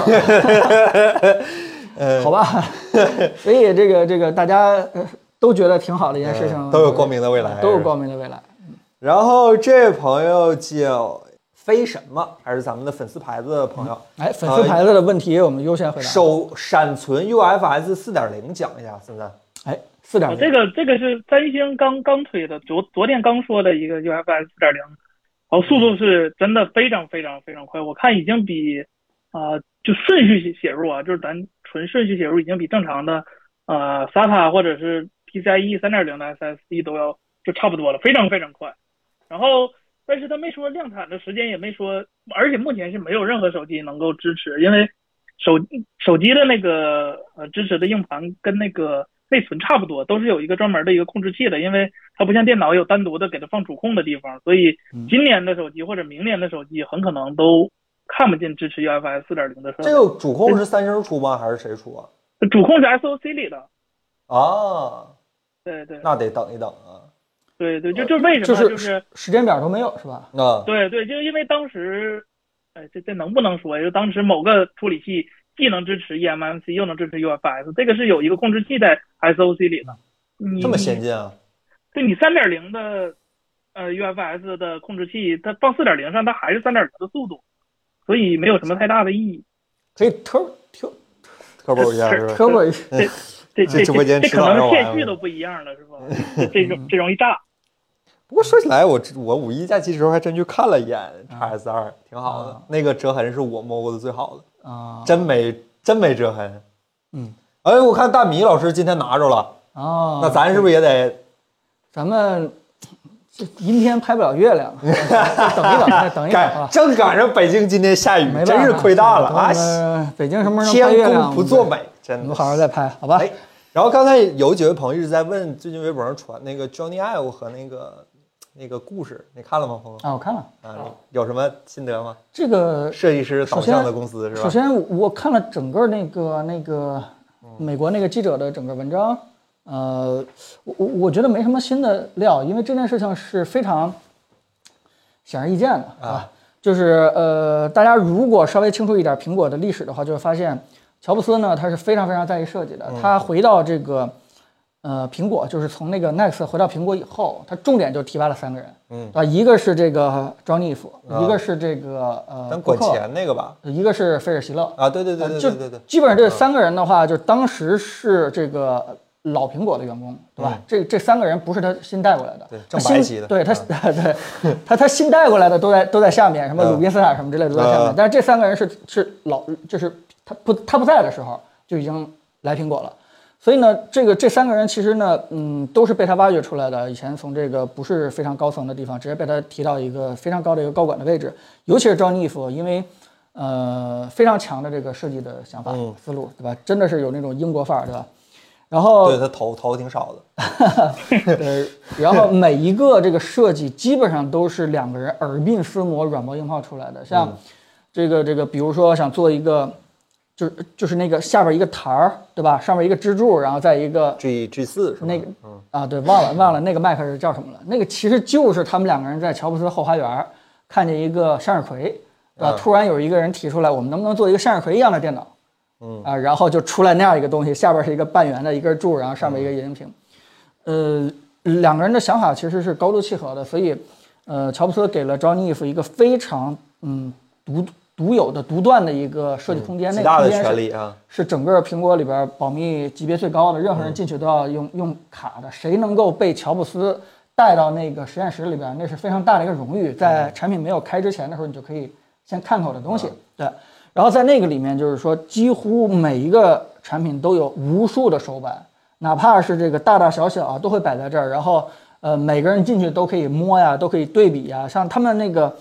好吧，所以这个这个大家都觉得挺好的一件事情， 嗯、都有光明的未来， 都有光明的未来。 然后这位朋友叫。非什么还是咱们的粉丝牌子的朋友？ 哎，粉丝牌子的问题我们优先回答。 手闪存 U F S 四点零讲一下，森森。 哎，四点零， 这个这个是三星刚刚推的，昨昨天刚说的一个 U F S 四点零，然后速度是真的非常非常非常快，我看已经比啊、呃、就顺序写入啊，就是咱纯顺序写入已经比正常的呃 S A T A 或者是 P C I E 三点零的 S S D 都要就差不多了，非常非常快。然后。但是他没说量产的时间，也没说，而且目前是没有任何手机能够支持，因为手手机的那个呃支持的硬盘跟那个内存差不多，都是有一个专门的一个控制器的，因为它不像电脑有单独的给它放主控的地方，所以今年的手机或者明年的手机很可能都看不见支持 U F S 四点零的设备。 这个主控是三星出吗？还是谁出啊？ 主控是 S O C 里的。 啊， 对对， 那得等一等啊。 对对，就就为什么就是时间表都没有是吧？ 啊， 对对，就因为当时，哎，这这能不能说？就当时某个处理器既能支持 E M M C 又能支持 U F S， 这个是有一个控制器在 S O C 里的。 这么先进啊？ 对，你三点零的呃 U F S 的控制器，它放四点零上，它还是三点零的速度，所以没有什么太大的意义。 可以 turbo turbo 一下是吧 ？turbo 一下。 这这直播间这可能是线序都不一样了，是吧？这种这容易炸。 不过说起来，我我五一假期的时候还真去看了一眼 X S 二，挺好的。 啊、 那个折痕是我摸过的最好的啊， 真没真没折痕。 嗯， 哎，我看大米老师今天拿着了啊， 那咱是不是也得？ 咱们这阴天拍不了月亮，等一等，再等一等啊！ 正赶上北京今天下雨，真是亏大了啊！ 北京什么时候拍月亮？ 天公不作美，真的。 我们好好再拍，好吧？ 哎，然后刚才有几位朋友一直在问，最近微博上传那个 Johnny Ive 和那个那个故事，你看了吗，朋友？ 啊，我看了啊，有什么心得吗？ 这个设计师导向的公司是吧？ 首先，我看了整个那个那个美国那个记者的整个文章，呃，我我我觉得没什么新的料，因为这件事情是非常显而易见的啊。就是呃，大家如果稍微清楚一点苹果的历史的话，就会发现乔布斯呢，他是非常非常在意设计的。他回到这个呃苹果，就是从那个 Next 回到苹果以后，他重点就提拔了三个人，嗯啊，一个是这个 John Ive，、啊、一个是这个呃咱管钱那个吧， 一个是菲尔希勒啊，对对对对对对对， 基本上这三个人的话，就当时是这个老苹果的员工，对吧？嗯、这这三个人不是他新带过来的， 对，正白旗的， 对他，啊、对他他新带过来的都在都在下面，什么鲁宾斯坦什么之类的都在下面，嗯、但是这三个人是是老，就是他不他不在的时候就已经来苹果了。所以呢，这个这三个人其实呢，嗯，都是被他挖掘出来的。以前从这个不是非常高层的地方，直接被他提到一个非常高的一个高管的位置。尤其是John Ive，因为呃非常强的这个设计的想法、嗯、思路，对吧？真的是有那种英国范儿，对吧？然后对他头头挺少的， 对，然后每一个这个设计基本上都是两个人耳鬓厮磨、软磨硬泡出来的。像这个这个，比如说想做一个。就是就是那个下边一个台儿，对吧？上面一个支柱，然后再一个 G G 四是吧？ 那个啊，对，忘了忘了那个麦克是叫什么了？那个其实就是他们两个人在乔布斯后花园看见一个向日葵，对吧？嗯、突然有一个人提出来，我们能不能做一个向日葵一样的电脑？嗯啊，然后就出来那样一个东西，下边是一个半圆的一根柱，然后上面一个液晶屏。呃，两个人的想法其实是高度契合的，所以呃，乔布斯给了 John Ive 一个非常嗯独。独有的独断的一个设计空间， 嗯、 那个空间是、 啊、是整个苹果里边保密级别最高的，任何人进去都要用、嗯、用卡的。谁能够被乔布斯带到那个实验室里边，那是非常大的一个荣誉。在产品没有开之前的时候，你就可以先看口的东西。嗯、对，然后在那个里面，就是说几乎每一个产品都有无数的手板，哪怕是这个大大小小、啊、都会摆在这儿。然后呃，每个人进去都可以摸呀，都可以对比呀。像他们那个。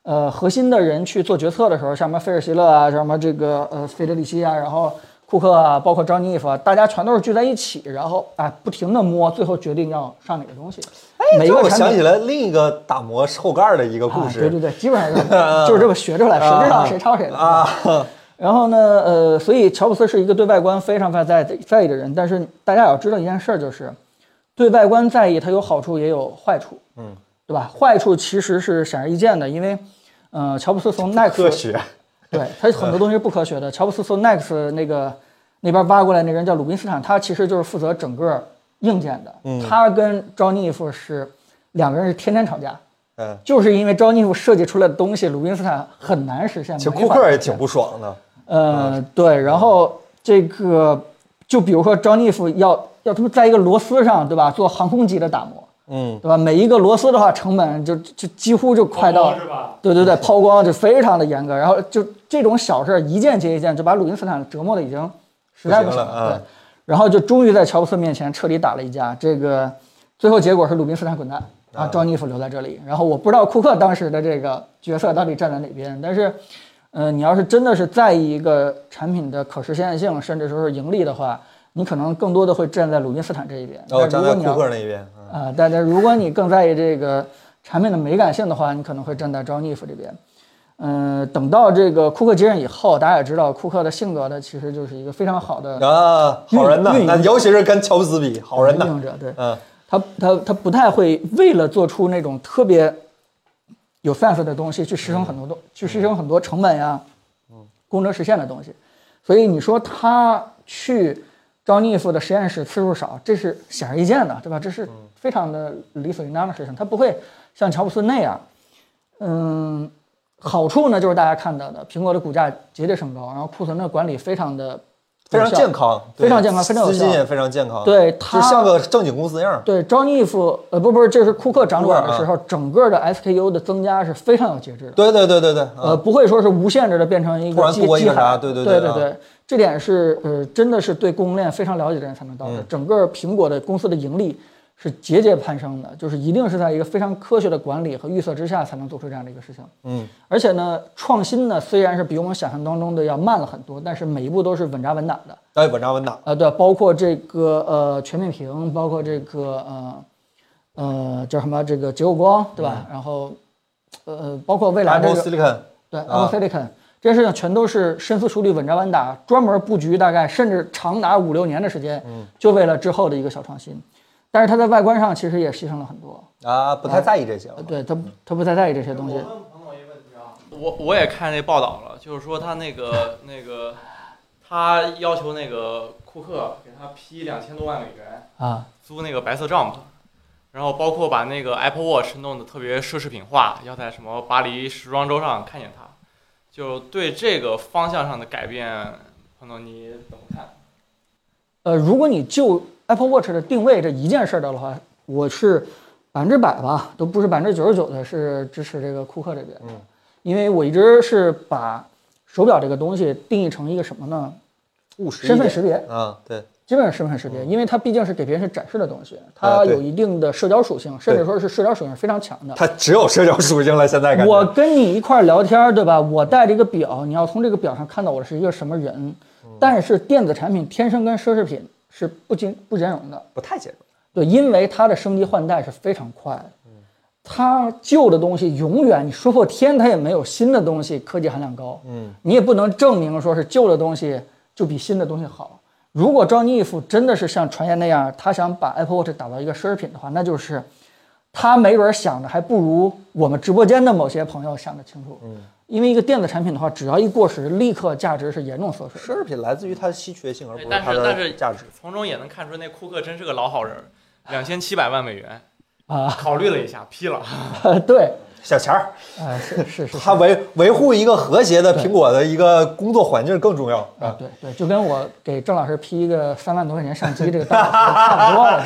呃核心的人去做决策的时候，像什么菲尔希勒啊，什么这个呃费德里希啊，然后库克啊，包括张尼夫啊，大家全都是聚在一起，然后哎不停的摸，最后决定要上哪个东西。 哎， 每一个我想起来另一个打磨后盖的一个故事。 啊、对对对，基本上就是就是这么学出来，谁知道谁抄谁的啊。 然后呢，呃，所以乔布斯是一个对外观非常非常在在意的人，但是大家也要知道一件事儿，就是对外观在意，它有好处也有坏处， 嗯， 对吧？坏处其实是显而易见的，因为，呃，乔布斯从耐克， 科学， 对他很多东西是不科学的。乔布斯从耐克那个那边挖过来那人叫鲁宾斯坦，他其实就是负责整个硬件的， 嗯， 他跟赵尼夫是两个人是天天吵架。 嗯， 就是因为赵尼夫设计出来的东西，鲁宾斯坦很难实现。 其实库克也挺不爽的。 呃，对，然后这个就比如说张尼夫要要他们在一个螺丝上，对吧？做航空机的打磨， 嗯， 对吧？每一个螺丝的话，成本就就几乎就快到， 是吧？ 对对对，抛光就非常的严格。然后就这种小事一件接一件，就把鲁宾斯坦折磨的已经实在不行了。对，然后就终于在乔布斯面前彻底打了一架。这个最后结果是鲁宾斯坦滚蛋。啊，张尼夫留在这里，然后我不知道库克当时的这个角色到底站在哪边，但是，呃，你要是真的是在意一个产品的可实现性，甚至说是盈利的话，你可能更多的会站在鲁宾斯坦这一边。 哦，站在库克那一边。 啊、嗯呃，但是如果你更在意这个产品的美感性的话，你可能会站在张尼夫这边。嗯、呃，等到这个库克接任以后，大家也知道库克的性格呢，其实就是一个非常好的啊好人呐，那尤其是跟乔布斯比，好人呐， 运营者对， 嗯。 他他他不太会为了做出那种特别有 sense 的东西去牺牲很多东，去牺牲很多成本呀，功能实现的东西。所以你说他去张尼夫的实验室次数少，这是显而易见的，对吧？这是非常的理所应当的事情。他不会像乔布斯那样，嗯，好处呢就是大家看到的，苹果的股价节节升高，然后库存的管理非常的。 非常健康， 非常健康，非常有效， 资金也非常健康。 对，它就像个正经公司一样。 对，张尼夫，呃，不不是，这是库克掌管的时候，整个的 S K U 的增加是非常有节制的。 对对对对对， 呃，不会说是无限制的变成一个突然多一个啥，对对对对对，这点是呃，真的是对供应链非常了解的人才能到的。整个苹果的公司的盈利是节节攀升的，就是一定是在一个非常科学的管理和预测之下才能做出这样的一个事情。 嗯， 而且呢，创新呢虽然是比我们想象当中的要慢了很多，但是每一步都是稳扎稳打的。 哎，稳扎稳打。 呃，对，包括这个呃全面屏，包括这个呃呃叫什么这个结构光，对吧？嗯、然后呃包括未来这个 Silicon， 对 Apple Silicon，、啊、这些事情全都是深思熟虑、稳扎稳打，专门布局大概甚至长达五六年的时间， 嗯， 就为了之后的一个小创新。但是它在外观上其实也牺牲了很多啊，不太在意这些了。 呃、对他，他不太在意这些东西。 我问彭总一个问题啊，我我也看那报道了，就是说他那个那个，他要求那个库克给他批两千多万美元啊， 租那个白色帐篷，然后包括把那个 Apple Watch 弄得特别奢侈品化，要在什么巴黎时装周上看见它。就对这个方向上的改变，彭总你怎么看？ 呃，如果你就 Apple Watch 的定位这一件事的话，我是百分之百吧，都不是百分之九十九的是支持这个库克这边。 嗯， 因为我一直是把手表这个东西定义成一个什么呢？ 务实身份识别啊，对， 基本上身份识别，因为它毕竟是给别人是展示的东西，它有一定的社交属性，甚至说是社交属性非常强的。 它只有社交属性了，现在感觉。 我跟你一块聊天，对吧？我戴这个表，你要从这个表上看到我是一个什么人，但是电子产品天生跟奢侈品是不兼不兼容的， 不太兼容。 对，因为它的升级换代是非常快的，它旧的东西永远你说破天它也没有新的东西科技含量高， 嗯， 你也不能证明说是旧的东西就比新的东西好。如果张尼夫真的是像传言那样，他想把 Apple Watch 打造一个奢侈品的话，那就是他没准想的还不如我们直播间的某些朋友想的清楚， 嗯。 因为一个电子产品的话，只要一过时，立刻价值是严重缩水。 奢侈品来自于它的稀缺性，而不是但它的是但是价值。 从中也能看出那库克真是个老好人，两千七百万美元啊， 考虑了一下，批了。 呃，对， 小钱儿， 啊，是是是， 它维维护一个和谐的苹果的一个工作环境更重要啊。对对，就跟我给郑老师批一个三万多块钱相机这个道理差不多了，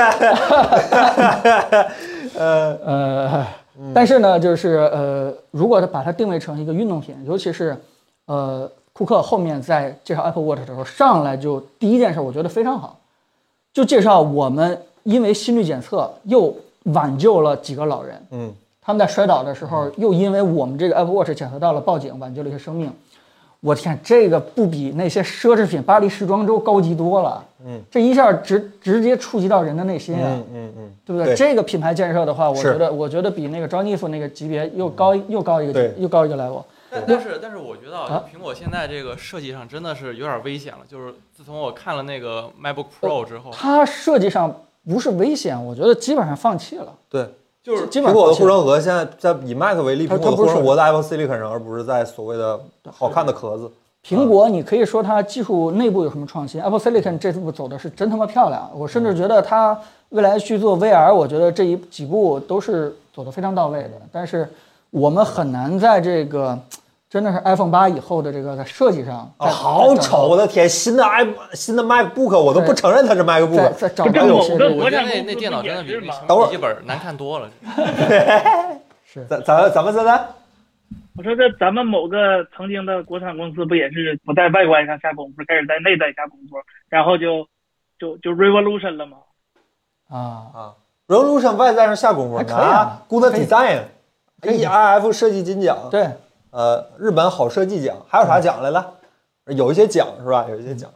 对吧？呃呃。但是呢，就是呃，如果他把它定位成一个运动品，尤其是，呃，库克后面在介绍 Apple Watch 的时候，上来就第一件事，我觉得非常好，就介绍我们因为心率检测又挽救了几个老人。 嗯， 他们在摔倒的时候又因为我们这个 Apple Watch 检测到了报警，挽救了一些生命。我天，这个不比那些奢侈品巴黎时装周高级多了。嗯，这一下直直接触及到人的内心啊。 嗯嗯嗯， 对不对？ 对这个品牌建设的话，我是觉得我觉得比那个 Johnny 那个级别又高又高一个对又高一个 level。 但但是但是我觉得啊苹果现在这个设计上真的是有点危险了。就是自从我看了那个 MacBook Pro 之后， 它设计上不是危险，我觉得基本上放弃了。 对， 就是基本上苹果的护放弃了城河现在在以 Mac 为例， 它苹果的它不是护城河在 Apple Silicon 上，而不是在所谓的好看的壳子。 苹果，你可以说它技术内部有什么创新 ？Apple Silicon 这步走的是真他妈漂亮，我甚至觉得它未来去做 V R， 我觉得这一几步都是走得非常到位的。但是我们很难在这个真的是 iPhone 八以后的这个在设计上， 啊，好丑！我的天，新的 i 新的 MacBook 我都不承认它是在 MacBook。 在找不是某到一些这个个国产我觉得那公司那电脑不真的比那也是吗？ 等会儿笔记本难看多了。 是咱咱咱们现在我说这咱们某个曾经的国产公司不也是不在外观上下功夫，开始在内在下功夫，然后就就就 Revolution 了嘛？ 啊， 啊 ，Revolution 外在上下功夫， 还可以啊拿 Good 可以 Design、 可以 E R F 设计金奖， 对， 呃，日本好设计奖，还有啥奖来了？有一些奖是吧？有一些奖。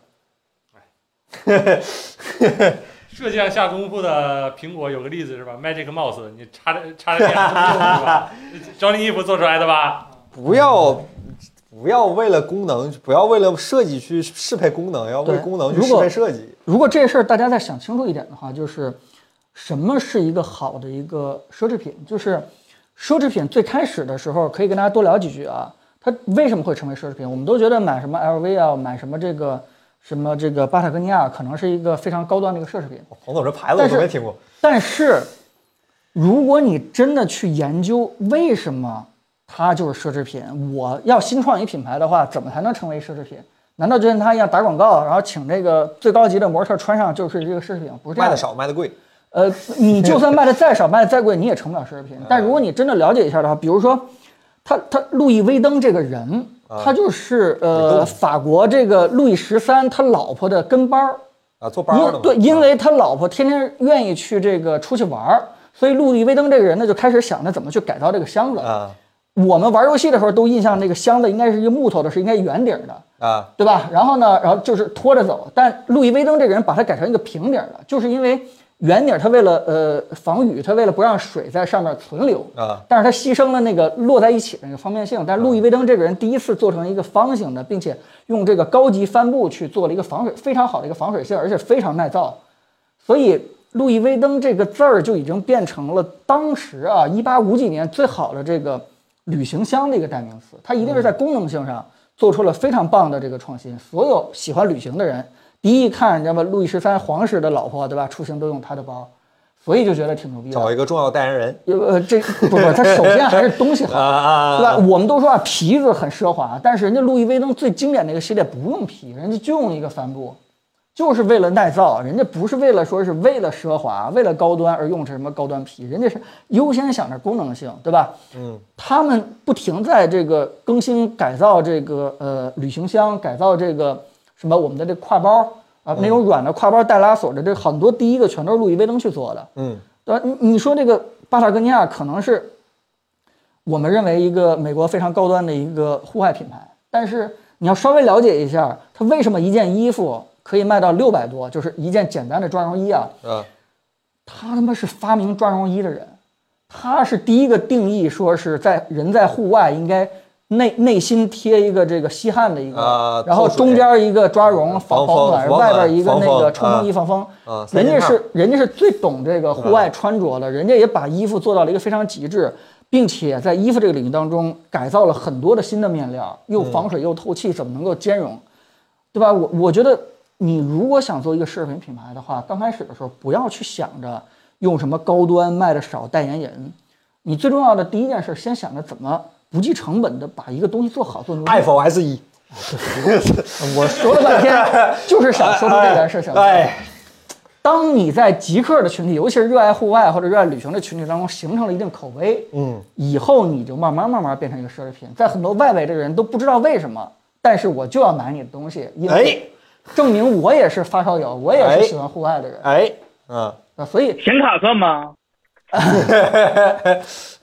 设计上下功夫的苹果有个例子是吧 ？Magic Mouse， 你插着插着电不用是吧？Johnny Ive做出来的吧？ 不要不要为了功能，不要为了设计去适配功能，要为对功能去适如果配设计。 如果这事儿大家再想清楚一点的话，就是什么是一个好的一个奢侈品？就是奢侈品最开始的时候，可以跟大家多聊几句啊。它为什么会成为奢侈品？我们都觉得买什么 L V 啊，买什么这个什么这个巴塔哥尼亚，可能是一个非常高端的一个奢侈品。 彭总这牌子我都没听过。 但是，如果你真的去研究为什么它就是奢侈品，我要新创一品牌的话，怎么才能成为奢侈品？难道就像他一样打广告，然后请这个最高级的模特穿上就是这个奢侈品？不是这样的。 卖的少，卖的贵。 呃，你就算卖的再少，卖的再贵，你也成不了奢侈品。但如果你真的了解一下的话，比如说，他他路易威登这个人，他就是呃法国这个路易十三他老婆的跟班儿啊，做包的嘛。 因对，因为他老婆天天愿意去这个出去玩儿，所以路易威登这个人呢就开始想着怎么去改造这个箱子啊。 我们玩游戏的时候都印象那个箱子应该是一个木头的，是应该圆顶的啊， 对吧？然后呢，然后就是拖着走，但路易威登这个人把它改成一个平顶的，就是因为圆顶它为了呃防雨，它为了不让水在上面存留啊， 但是它牺牲了那个落在一起的那个方便性。但是路易威登这个人第一次做成一个方形的，并且用这个高级帆布去做了一个防水非常好的一个防水性，而且非常耐造，所以路易威登这个字儿就已经变成了当时啊一八五几年最好的这个旅行箱的一个代名词。它一定是在功能性上做出了非常棒的这个创新。所有喜欢旅行的人，第一看你知道吗？路易十三皇室的老婆对吧？出行都用他的包，所以就觉得挺牛逼的。 找一个重要代言人。 呃，这不不，他首先还是东西好， 啊对吧？我们都说啊，皮子很奢华，但是人家路易威登最经典的一个系列不用皮，人家就用一个帆布，就是为了耐造，人家不是为了说是为了奢华、为了高端而用什么高端皮，人家是优先想着功能性，对吧？ 嗯， 他们不停在这个更新改造这个呃旅行箱，改造这个什么我们的这挎包啊，那种软的挎包带拉锁的，这很多第一个全都是路易威登去做的， 嗯， 对吧？你你说这个巴塔哥尼亚可能是我们认为一个美国非常高端的一个户外品牌，但是你要稍微了解一下，它为什么一件衣服可以卖到六百多，就是一件简单的抓绒衣啊。 啊， 他他妈是发明抓绒衣的人，他是第一个定义说是在人在户外应该内内心贴一个这个吸汗的一个， 啊然后中间一个抓绒防保暖， 防外边一个那个防冲锋衣防风。 啊， 人家是人家是最懂这个户外穿着的，人家也把衣服做到了一个非常极致，并且在衣服这个领域当中改造了很多的新的面料，又防水又透气，怎么能够兼容，对吧？我我觉得。你如果想做一个奢侈品品牌的话，刚开始的时候不要去想着用什么高端卖的少代言人，你最重要的第一件事，先想着怎么不计成本的把一个东西做好做牛逼。 iPhone S 一， 我说了半天就是想说出这件事情。 哎， 当你在极客的群体，尤其是热爱户外或者热爱旅行的群体当中形成了一定口碑， 嗯， 以后你就慢慢慢慢变成一个奢侈品，在很多外围这个人都不知道为什么，但是我就要买你的东西，因为证明我也是发烧友，我也是喜欢户外的人。 哎，嗯， 啊，所以显卡算吗？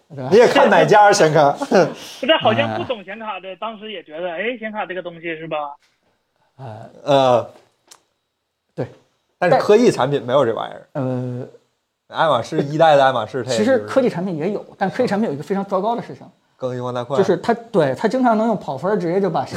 你也看哪家显卡？ 不是，好像不懂显卡的，当时也觉得，哎，显卡这个东西是吧？ 呃呃， 对， 但是科技产品没有这玩意儿。 呃， 爱马仕一代的爱马仕，它也其实就是科技产品也有，但科技产品有一个非常糟糕的事情， 更新换代快， 就是它对它经常能用跑分直接就把谁。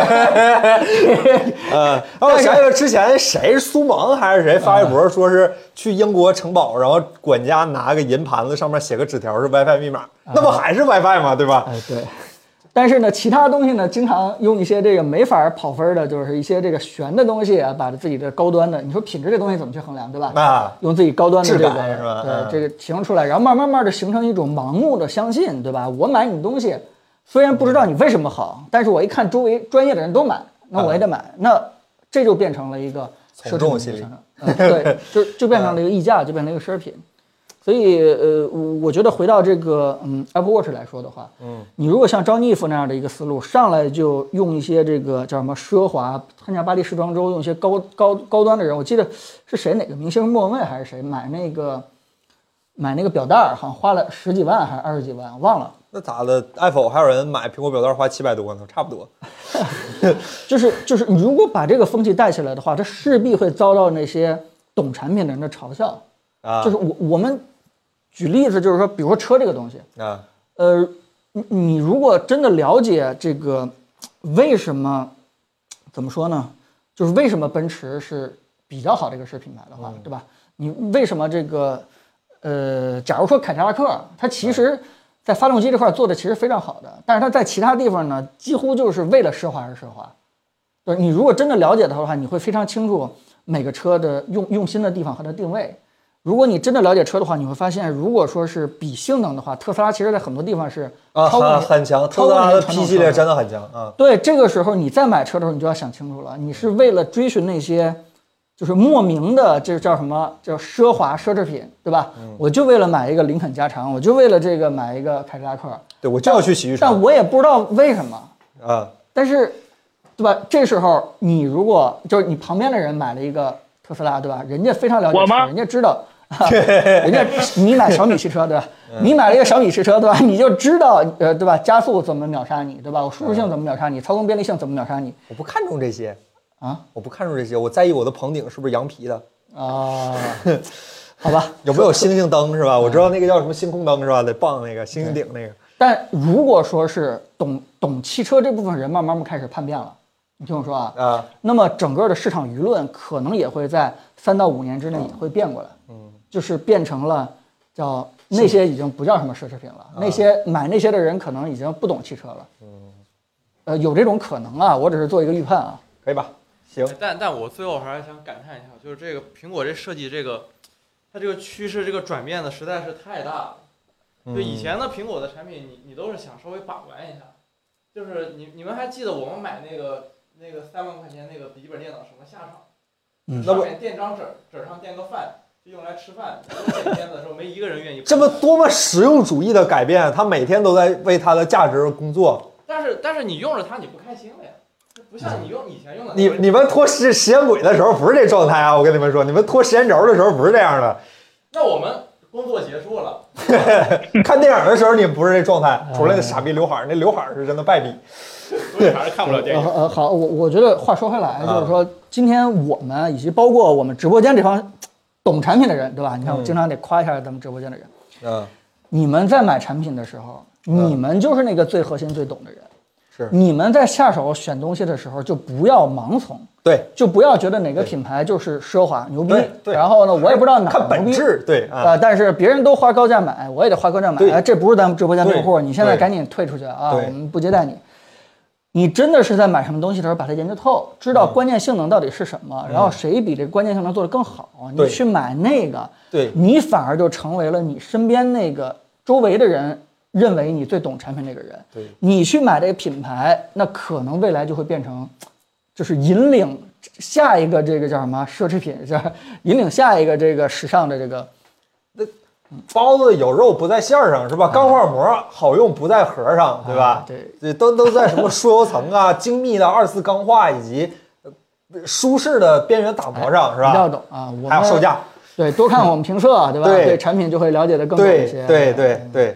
呃，让我想起来之前谁苏萌还是谁发微博说是去英国城堡，然后管家拿个银盘子上面写个纸条是 WiFi 密码，那不还是 WiFi 吗？对吧？ 哎，对。但是呢，其他东西呢，经常用一些这个没法跑分的，就是一些这个悬的东西啊，把自己的高端的，你说品质这东西怎么去衡量，对吧？ 啊， 用自己高端的这个质感是吧？ 对、 嗯、 这个形容出来，然后慢慢慢的形成一种盲目的相信，对吧？我买你东西，虽然不知道你为什么好，但是我一看周围专业的人都买，那我也得买，嗯、那这就变成了一个从众心理， 嗯、对，就就变成了一个溢价，就变成了一个奢侈品。所以，呃，我觉得回到这个，嗯 ，Apple Watch 来说的话， 嗯， 你如果像张尼夫那样的一个思路，上来就用一些这个叫什么奢华，参加巴黎时装周，用一些高高高端的人，我记得是谁哪个明星莫文蔚还是谁买那个买那个表带儿，好像花了十几万还是二十几万，忘了。 那咋的 ？Apple 还有人买苹果表带花七百多呢，差不多。 就是就是，你如果把这个风气带起来的话，这势必会遭到那些懂产品的人的嘲笑。 啊， 就是我我们。举例子就是说，比如说车这个东西啊， 呃，你你如果真的了解这个为什么，怎么说呢？就是为什么奔驰是比较好的一个奢侈品牌的话， 嗯、 对吧？你为什么这个呃，假如说凯迪拉克，它其实在发动机这块做的其实非常好的，但是它在其他地方呢，几乎就是为了奢华而奢华。对，你如果真的了解它的话，你会非常清楚每个车的用用心的地方和它定位。如果你真的了解车的话，你会发现，如果说是比性能的话，特斯拉其实在很多地方是超过、 啊、很强，特斯拉的 P 系列真的很强啊。 对，这个时候你再买车的时候，你就要想清楚了，你是为了追寻那些就是莫名的，这叫什么叫奢华奢侈品，对吧？嗯、我就为了买一个林肯加长，我就为了这个买一个凯迪拉克， 对，我就要去洗浴城， 但我也不知道为什么啊。 但是，对吧？这时候你如果就是你旁边的人买了一个特斯拉，对吧？人家非常了解车，人家知道。人家你买小米汽车对吧？你买了一个小米汽车对吧？你就知道呃对吧？加速怎么秒杀你对吧？我舒适性怎么秒杀你？操控便利性怎么秒杀你？ 我不看重这些啊， 我不看重这些，我在意我的棚顶是不是羊皮的啊？好吧， 有没有星星灯是吧？我知道那个叫什么星空灯是吧？得棒那个星星顶那个。 但如果说是懂懂汽车这部分人慢慢慢开始叛变了，你听我说啊啊， 那么整个的市场舆论可能也会在三到五年之内也会变过来。嗯。就是变成了叫那些已经不叫什么奢侈品了，那些买那些的人可能已经不懂汽车了。嗯，呃，有这种可能啊，我只是做一个预判啊， 可以吧？行。 但但我最后还是想感叹一下，就是这个苹果这设计这个，它这个趋势这个转变的实在是太大了。就以前的苹果的产品，你你都是想稍微把关一下，就是你你们还记得我们买那个那个三万块钱那个笔记本电脑什么下场？嗯，上面垫张纸，纸上垫个饭。就用来吃饭，剪片子的时候没一个人愿意。 这么多么实用主义的改变，他每天都在为他的价值工作。 但是但是你用着它你不开心了呀，不像你用以前用的。 你你们拖时时间轨的时候不是这状态啊！我跟你们说，你们拖时间轴的时候不是这样的。 那我们工作结束了， 看电影的时候你不是这状态，除了那傻逼刘海，那刘海是真的败笔。 所以还是看不了电影。 呃呃，好，我我觉得话说回来，就是说今天我们以及包括我们直播间这方。懂产品的人，对吧？你看，我经常得夸一下咱们直播间的人。 嗯， 你们在买产品的时候， 嗯、 你们就是那个最核心、最懂的人。 是。 你们在下手选东西的时候，就不要盲从。 对。 就不要觉得哪个品牌就是奢华牛逼。 对。对然后呢，我也不知道哪看本质。对啊、 呃。但是别人都花高价买，我也得花高价买。哎，这不是咱们直播间客户，你现在赶紧退出去啊！我们不接待你。你真的是在买什么东西的时候把它研究透，知道关键性能到底是什么，嗯、然后谁比这个关键性能做得更好，你去买那个， 对， 你反而就成为了你身边那个周围的人认为你最懂产品那个人。 对， 你去买这个品牌，那可能未来就会变成，就是引领下一个这个叫什么奢侈品，是引领下一个这个时尚的这个。 那包子有肉不在馅儿上是吧？钢化膜好用不在盒上，对吧？ 啊、对， 都都在什么疏油层啊、精密的二次钢化以及舒适的边缘打磨上，是吧？ 比较懂啊，我还有售价， 对，多看我们评测，对吧？ 对对产品就会了解的更多一些。 对对对对，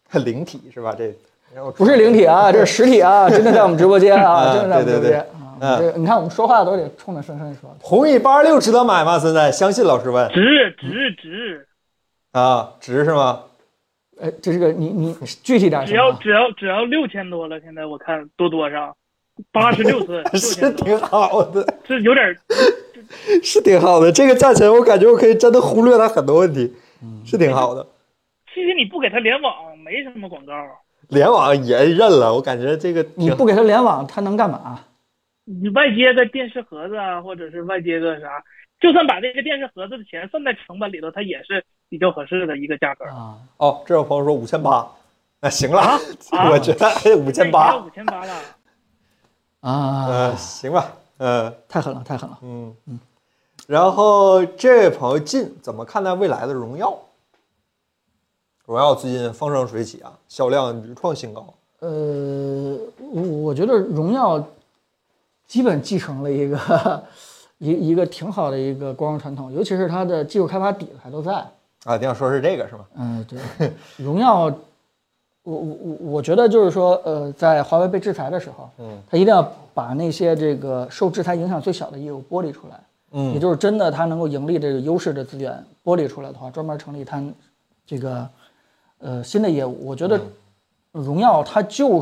灵体是吧？这不是灵体啊，这是实体啊，真的在我们直播间啊，真的在我们直播间啊。 对这你看我们说话都得冲着深深说。 红米八二六值得买吗？现在相信老师问。 值值值啊，值是吗？ 哎，这是个你你具体点只要只要只要六千多了，现在我看多多上八十六寸， 是挺好的， 这有点是挺好的。这个价钱我感觉我可以真的忽略它很多问题，是挺好的。 其实你不给它联网，没什么广告。 联网也认了，我感觉这个你不给它联网，它能干嘛？ 你外接个电视盒子啊，或者是外接个啥，就算把这个电视盒子的钱算在成本里头，它也是比较合适的一个价格啊。 哦，这有朋友说五千八，那行了， 啊啊、 我觉得五千八， 五千八了啊， 呃，行吧，呃， 太狠了，太狠了， 嗯嗯。然后这位朋友进怎么看待未来的荣耀？荣耀最近风生水起啊，销量屡创新高。 呃，我我觉得荣耀基本继承了一个一一个挺好的一个光荣传统，尤其是它的技术开发底子还都在啊。你想说是这个是吗？ 嗯，对，荣耀，我我我我觉得就是说，呃，在华为被制裁的时候， 嗯， 它一定要把那些这个受制裁影响最小的业务剥离出来， 嗯， 也就是真的它能够盈利这个优势的资源剥离出来的话，专门成立它这个呃新的业务。我觉得荣耀它就是。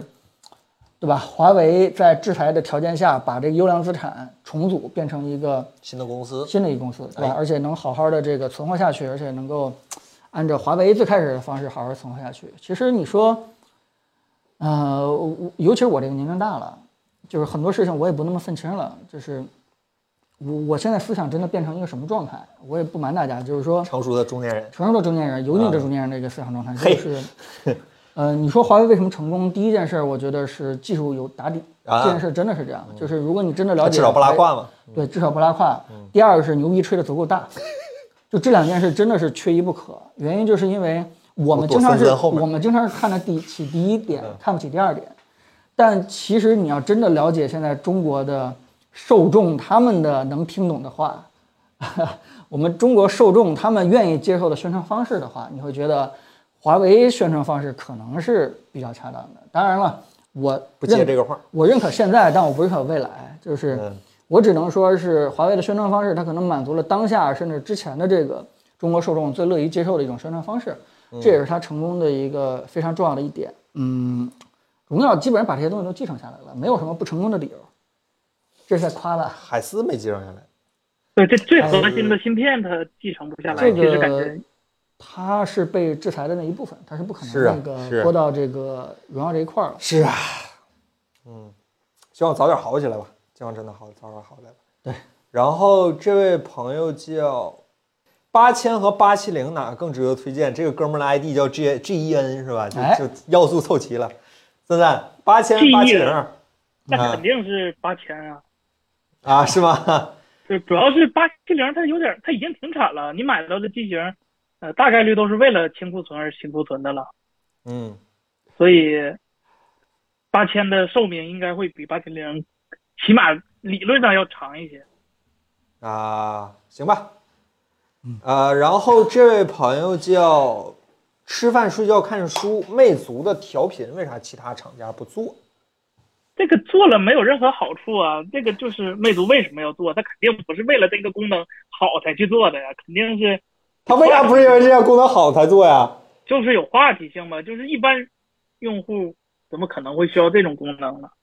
对吧？华为在制裁的条件下，把这个优良资产重组变成一个新的公司， 新的一个公司，对吧？而且能好好的这个存活下去，而且能够按照华为最开始的方式好好存活下去。其实你说，呃，尤其是我这个年龄大了，就是很多事情我也不那么愤青了。就是我我现在思想真的变成一个什么状态？我也不瞒大家，就是说成熟的中年人， 成熟的中年人，油腻的中年人的一个思想状态，就是。呃，你说华为为什么成功？第一件事，我觉得是技术有打底， 啊、 这件事真的是这样。嗯、就是如果你真的了解， 至少不拉胯嘛。 对，至少不拉胯。嗯、第二个是牛逼吹得足够大，就这两件事真的是缺一不可。原因就是因为我们经常是，我们经常是看得第起第一点，嗯、看不起第二点。但其实你要真的了解现在中国的受众，他们的能听懂的话，我们中国受众他们愿意接受的宣传方式的话，你会觉得。华为宣传方式可能是比较恰当的，当然了，我不接这个话， 我认可现在，但我不认可未来。就是我只能说是华为的宣传方式，它可能满足了当下甚至之前的这个中国受众最乐于接受的一种宣传方式，这也是它成功的一个非常重要的一点。嗯，荣耀基本上把这些东西都继承下来了，没有什么不成功的理由。这是在夸吧？ 海思没继承下来。 对，这最核心的芯片它继承不下来， 这个、 其实感觉。 它是被制裁的那一部分，它是不可能那个拨到这个荣耀这一块了。 是啊，嗯，希望早点好起来吧，希望真的好早点好起来吧。 对， 然后这位朋友叫八千和八七零哪个更值得推荐？这个哥们儿的 I D 叫 G G E N 是吧？就哎、 就要素凑齐了。赞赞八千八七零， 那肯定是八千啊！ 啊，是吗？ 对，主要是八七零它有点，它已经停产了，你买到的机型。呃，大概率都是为了清库存而清库存的了， 嗯， 所以八千的寿命应该会比八七零起码理论上要长一些啊，行吧，呃，然后这位朋友叫吃饭睡觉看书，魅族的调频为啥其他厂家不做？ 这个做了没有任何好处啊，这个就是魅族为什么要做？它肯定不是为了这个功能好才去做的呀，肯定是。 他为啥不是因为这样功能好才做呀？ 就是有话题性嘛，就是一般用户怎么可能会需要这种功能呢？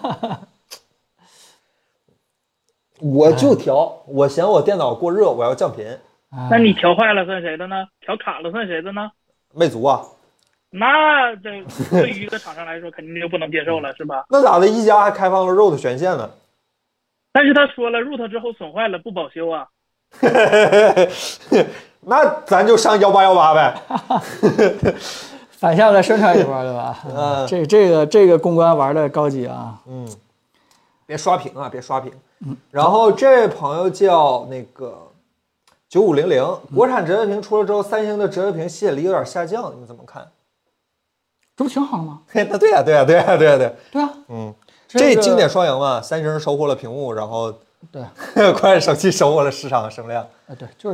我就调，我嫌我电脑过热，我要降频。 那你调坏了算谁的呢？调卡了算谁的呢？ 魅族啊。 那这对于一个厂商来说，肯定就不能接受了，是吧？ 那咋的？一加还开放了 root 权限呢？ 但是他说了 root 之后损坏了不保修啊。 那咱就上幺八幺八呗， 反向的宣传一波，对吧？ 嗯， 这这个这个公关玩的高级啊， 嗯，别刷屏啊，别刷屏。嗯，然后这位朋友叫那个九五零零，国产折叠屏出了之后，三星的折叠屏吸引力有点下降，你们怎么看？ 这不挺好吗？ 嘿，那对呀、啊，对呀、啊，对呀、啊，对呀、啊，对， 对啊， 嗯， 这个、 这经典双赢嘛，三星收获了屏幕，然后对， 国产手机收获了市场声量。 啊，对，就是这样。 啊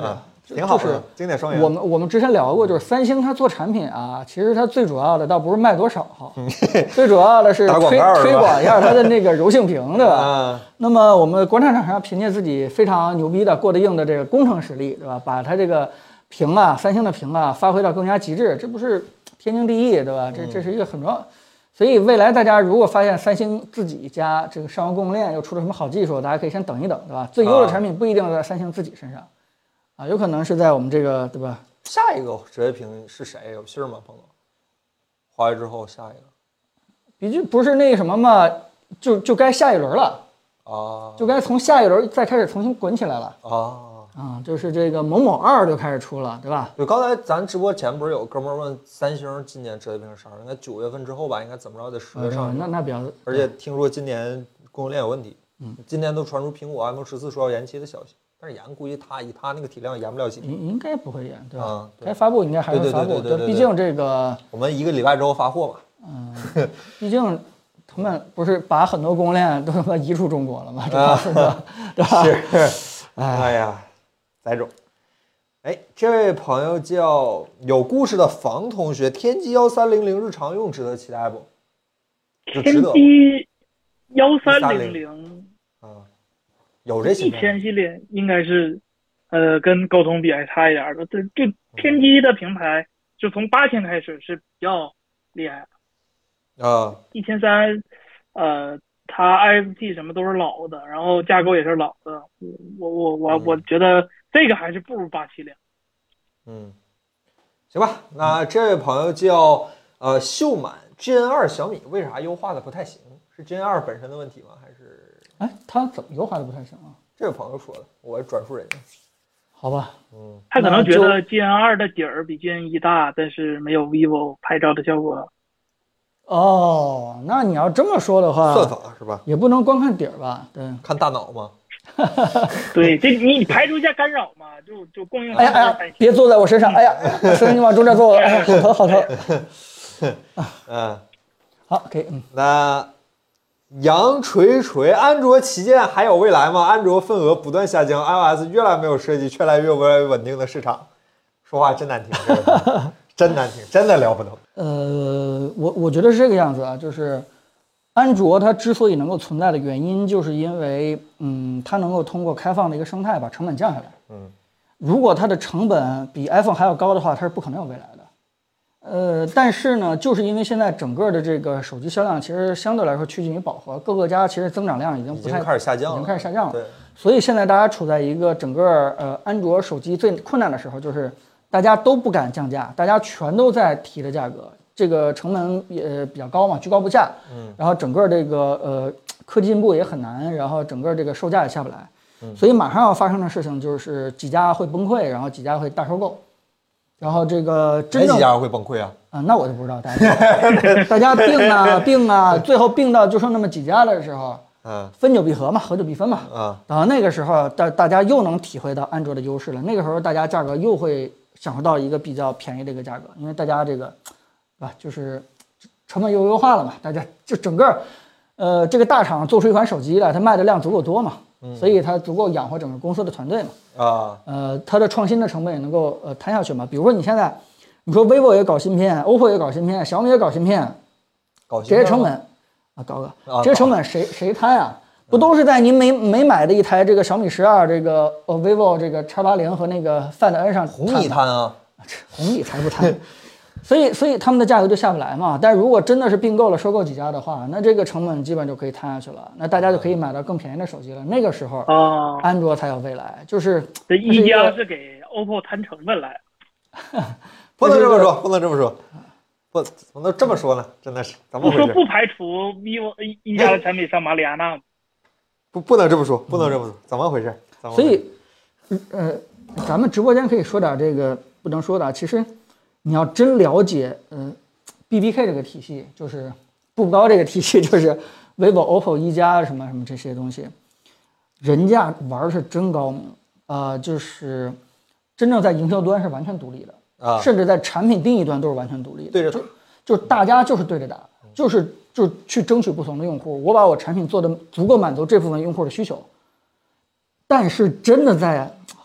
挺好的， 就是经典双赢。 我们我们之前聊过，就是三星它做产品啊，其实它最主要的倒不是卖多少，最主要的是推推广一下它的那个柔性屏，对吧？ 嗯、 那么我们国产厂商凭借自己非常牛逼的过得硬的这个工程实力，对吧？把它这个屏啊，三星的屏啊，发挥到更加极致，这不是天经地义，对吧？这这是一个很重要。所以未来大家如果发现三星自己家这个上游供应链又出了什么好技术，大家可以先等一等，对吧？最优的产品不一定在三星自己身上。啊，有可能是在我们这个，对吧？ 下一个折叠屏是谁？有信儿吗，彭总？华为之后下一个， 毕竟不是那什么嘛，就就该下一轮了啊， 就该从下一轮再开始重新滚起来了啊啊，就是这个某某二就开始出了，对吧？ 对，刚才咱直播前不是有哥们儿问三星今年折叠屏啥时候？应该九月份之后吧，应该怎么着得十月上、 呃。那那比较， 而且听说今年供应链有问题，嗯，今年都传出苹果 iPhone 十四说要延期的消息。但是延估计它以它那个体量延不了几天， 应应该不会延，对吧？ 嗯、对该发布应该还会发布， 对， 毕竟这个我们一个礼拜之后发货嘛。 嗯，毕竟他们不是把很多供应链都他妈移出中国了吗？这倒是的，对吧？ 是，哎呀，翟总，哎，这位朋友叫有故事的房同学，天玑幺三零零日常用值得期待不？ 天玑幺三零零， 啊。有这一千系列应该是，呃，跟高通比还差一点的。这就天玑的平台，就从八千开始是比较厉害的啊。 一千三，呃，它 I S P 什么都是老的，然后架构也是老的。我我我我觉得这个还是不如八七零。 嗯，行吧。那这位朋友叫呃秀满 G N 二小米，为啥优化的不太行？是 G N 二本身的问题吗？还是？ 哎，他怎么优化的不太行啊？ 这位朋友说的，我转述人家。 好吧， 嗯， 他可能觉得 G N 二的底儿比 G N 一大，但是没有 vivo 拍照的效果。 哦，那你要这么说的话， 算法是吧？ 也不能光看底儿吧？对， 看大脑吗？ 对，这你排除一下干扰嘛，就就供应。 哎呀哎呀，别坐在我身上！哎呀，兄你往中间坐，哎呀，好疼好疼。 嗯， 好，可以，嗯， 那。杨锤锤，安卓旗舰还有未来吗？安卓份额不断下降 ，iOS 越来没有设计，却来越越稳定的市场。说话真难听，这个、真难听，真的了不得。 呃，我我觉得是这个样子啊，就是安卓它之所以能够存在的原因，就是因为嗯，它能够通过开放的一个生态把成本降下来。 嗯， 如果它的成本比 iPhone 还要高的话，它是不可能有未来的。呃，但是呢，就是因为现在整个的这个手机销量其实相对来说趋近于饱和，各个家其实增长量已经不太已经开始下降了， 已经开始下降了。 对， 所以现在大家处在一个整个呃安卓手机最困难的时候，就是大家都不敢降价，大家全都在提的价格，这个成本也比较高嘛，居高不下。 嗯， 然后整个这个呃科技进步也很难，然后整个这个售价也下不来。嗯，所以马上要发生的事情就是几家会崩溃，然后几家会大收购。然后这个真正哪几家会崩溃啊？ 啊，那我就不知道，大家大家病啊病啊，最后病到就剩那么几家的时候， 嗯， 分久必合嘛，合久必分嘛， 啊， 然后那个时候大大家又能体会到安卓的优势了，那个时候大家价格又会享受到一个比较便宜的一个价格，因为大家这个，对吧，就是成本又优化了嘛，大家就整个，呃，这个大厂做出一款手机来，它卖的量足够多嘛。所以它足够养活整个公司的团队嘛？ 啊， 呃，它的创新的成本也能够呃摊下去嘛。比如说你现在，你说 vivo 也搞芯片 ，O P P O 也搞芯片，小米也搞芯片， 搞这些成本啊，高哥，这些成本谁谁摊啊？不都是在您没没买的一台这个小米十二这个呃 vivo 这个 X 八零和那个 Find N 上红米摊啊？ 红米才不摊。所以，所以他们的价格就下不来嘛。但如果真的是并购了、收购几家的话，那这个成本基本就可以摊下去了。那大家就可以买到更便宜的手机了。那个时候， 哦， 安卓才有未来。就是这一家是给 O P P O 摊成本来， 不能这么说，不能这么说，不怎么能这么说呢？真的是怎么回事？ 我说不排除 vivo 一家的产品上马里亚纳， 不不能这么说，不能这么说，怎么回事？ 所以，呃，咱们直播间可以说点这个不能说的，其实。你要真了解，嗯 ，B B K 这个体系，就是步步高这个体系，就是 vivo、O P P O 一加什么什么这些东西，人家玩的是真高明啊、呃，就是真正在营销端是完全独立的啊，甚至在产品定义端都是完全独立的。 对着就就是大家就是对着打，就是就是去争取不同的用户，我把我产品做的足够满足这部分用户的需求，但是真的在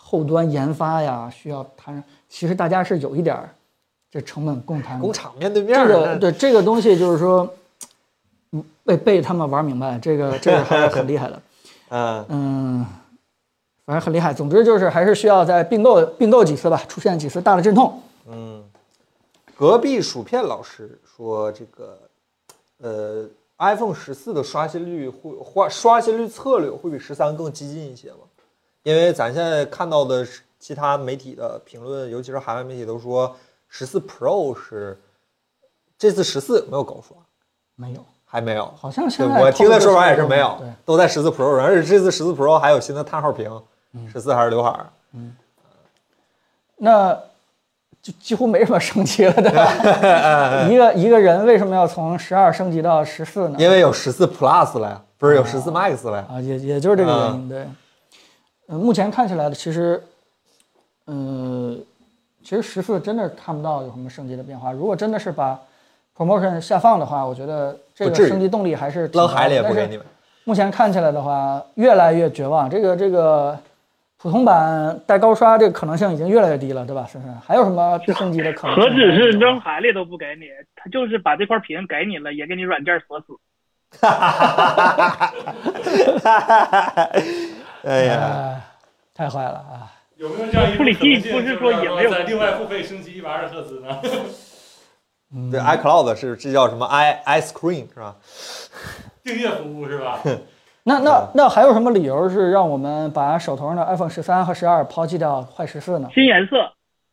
后端研发呀，需要谈，其实大家是有一点儿这成本共谈的。 工厂面对面这个对这个东西就是说，嗯，被被他们玩明白，这个这个还是很厉害的。 嗯嗯，反正很厉害。总之就是还是需要再并购并购几次吧，出现几次大的阵痛。 嗯，隔壁薯片老师说这个，呃 ，iPhone 十四的刷新率会刷刷新率策略会比十三更激进一些吗？因为咱现在看到的其他媒体的评论，尤其是海外媒体都说十四 Pro 是这次十四有没有高刷？ 没有。 还没有， 好像现在我听的说法也是没有， 对， 都在十四 Pro 上，而且这次十四 Pro 还有新的叹号屏，十四还是刘海儿， 嗯，那就几乎没什么升级了，对吧？一个一个人为什么要从十二升级到十四呢？ 因为有十四 Plus 了呀，不是有十四 Max 了呀？ 啊，也也就是这个原因，对。嗯，目前看起来的其实，嗯，其实十四真的看不到有什么升级的变化。如果真的是把promotion 下放的话，我觉得这个升级动力还是扔海里也不给你们。 目前看起来的话，越来越绝望。这个这个普通版带高刷这个可能性已经越来越低了，对吧？是不是？还有什么升级的可能性？ 何止是扔海里都不给你，他就是把这块屏给你了，也给你软件锁死。 哈哈哈哈哈！哎呀、 呃，太坏了啊！ 有没有这样一种处理器不是说也没有再另外付费升级一百二十赫兹呢？ 对 ，iCloud 是这叫什么 i iScreen 是吧？ 订阅服务是吧？ 那那那还有什么理由是让我们把手头上的 iPhone 十三和十二抛弃掉，换十四呢？ 新颜色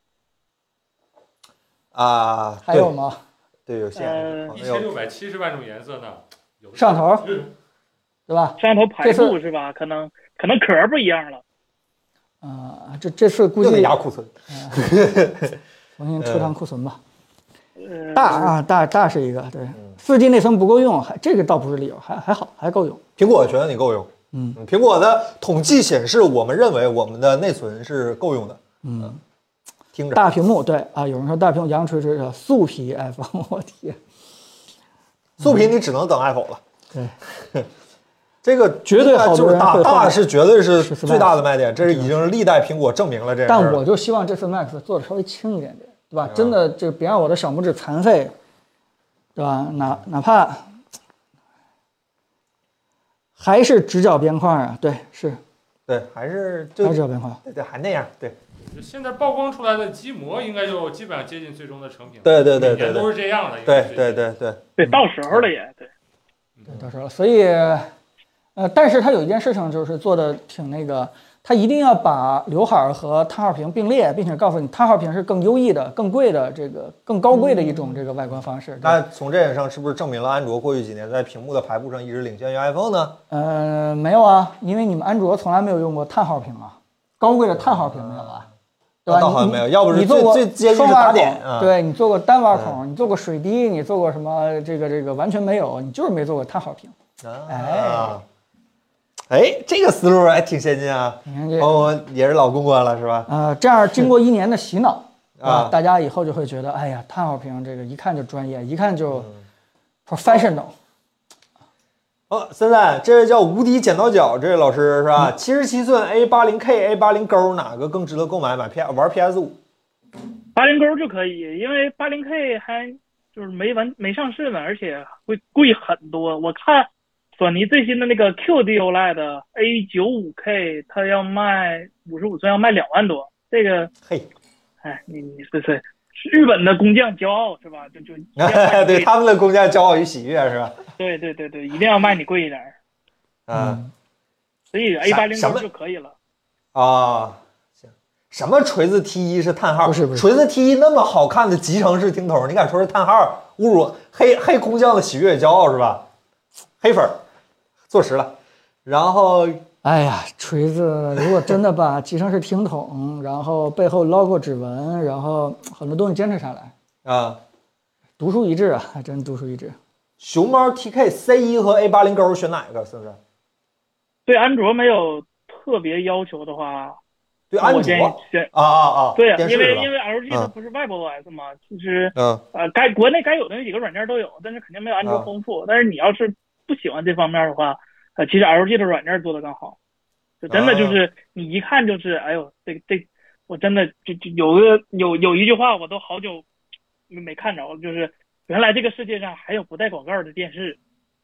啊， 还有吗？ 对，有线， 一千六百七十万种颜色呢，有摄像头，对吧？ 摄像头排布是吧？可能可能壳不一样了。 啊、呃，这这次估计压库存， 呃、重新出趟库存吧。 呃， 大啊大大是一个对，四 G 内存不够用，还这个倒不是理由，还还好，还够用。 苹果觉得你够用， 嗯， 苹果的统计显示，我们认为我们的内存是够用的， 嗯， 听着。 大屏幕，对啊，有人说大屏幕，杨锤锤说素皮 iPhone， 我天， 素屏你只能等 iPhone 了， 对， 这个绝对好就是大大是绝对是最大的卖点，这是已经是历代苹果证明了这个。 但我就希望这次 Max 做的稍微轻一点点。对吧？真的就别让我的小拇指残废，对吧？哪哪怕还是直角边框啊，对，是， 对，还是还是直角边框， 对对，还那样，对。 现在曝光出来的机模应该就基本上接近最终的成品。 对对对对， 都是这样的。 对对对对对，到时候了也对， 对，到时候了。所以，呃，但是他有一件事情就是做的挺那个。它一定要把刘海和叹号屏并列，并且告诉你叹号屏是更优异的、更贵的、这个更高贵的一种这个外观方式。 那从这点上，是不是证明了安卓过去几年在屏幕的排布上一直领先于 iPhone 呢？ 呃，没有啊，因为你们安卓从来没有用过叹号屏啊，高贵的叹号屏没有啊，对吧？ 倒好像没有，要不是你做过最接近是打点，啊、 对你做过单挖孔，嗯、你做过水滴，你做过什么？这个这个完全没有，你就是没做过叹号屏。 啊、 哎。 哎，这个思路还挺先进啊！ 你看这个， 哦，也是老公关了是吧？ 啊、呃，这样经过一年的洗脑啊， 大家以后就会觉得，哎呀，叹号屏这个一看就专业，一看就 professional。 哦，森森，这位叫无敌剪刀脚这位老师是吧？七十七寸 A 八零 K A 八零勾哪个更值得购买？买 P 玩 P S 五？ 八零勾就可以，因为八零 K 还就是没完没上市呢，而且会贵很多。我看。索尼最新的那个 Q D O L E D A 九十五 K， 它要卖五十五寸要卖两万多，这个嘿， 哎，你你这是日本的工匠骄傲是吧？就就对他们的工匠骄傲与喜悦是吧？ 对对对对，一定要卖你贵一点。 嗯， 所以 A 八零勾就可以了。 啊，行，什么锤子 T 一是叹号？ 不是不是， 锤子 T 一那么好看的集成式听筒，你敢说是叹号？侮辱黑黑工匠的喜悦与骄傲是吧？黑粉。坐实了，然后， 哎呀，锤子如果真的把集成式听筒，然后背后 logo 指纹，然后很多东西坚持下来啊， 独树一帜啊，还真独树一帜。 熊猫 T K C 一和 A 八零勾选哪个？是不是？ 对安卓没有特别要求的话， 对安卓选啊啊啊， 对啊，因为因为 L G 它不是 WebOS 嘛，其实嗯呃该国内该有的那几个软件都有，但是肯定没有安卓丰富。但是你要是不喜欢这方面的话，呃，其实 L G 的软件做的更好， 就真的就是你一看就是，哎呦，这这我真的就就有个有有一句话我都好久没没看着，就是原来这个世界上还有不带广告的电视。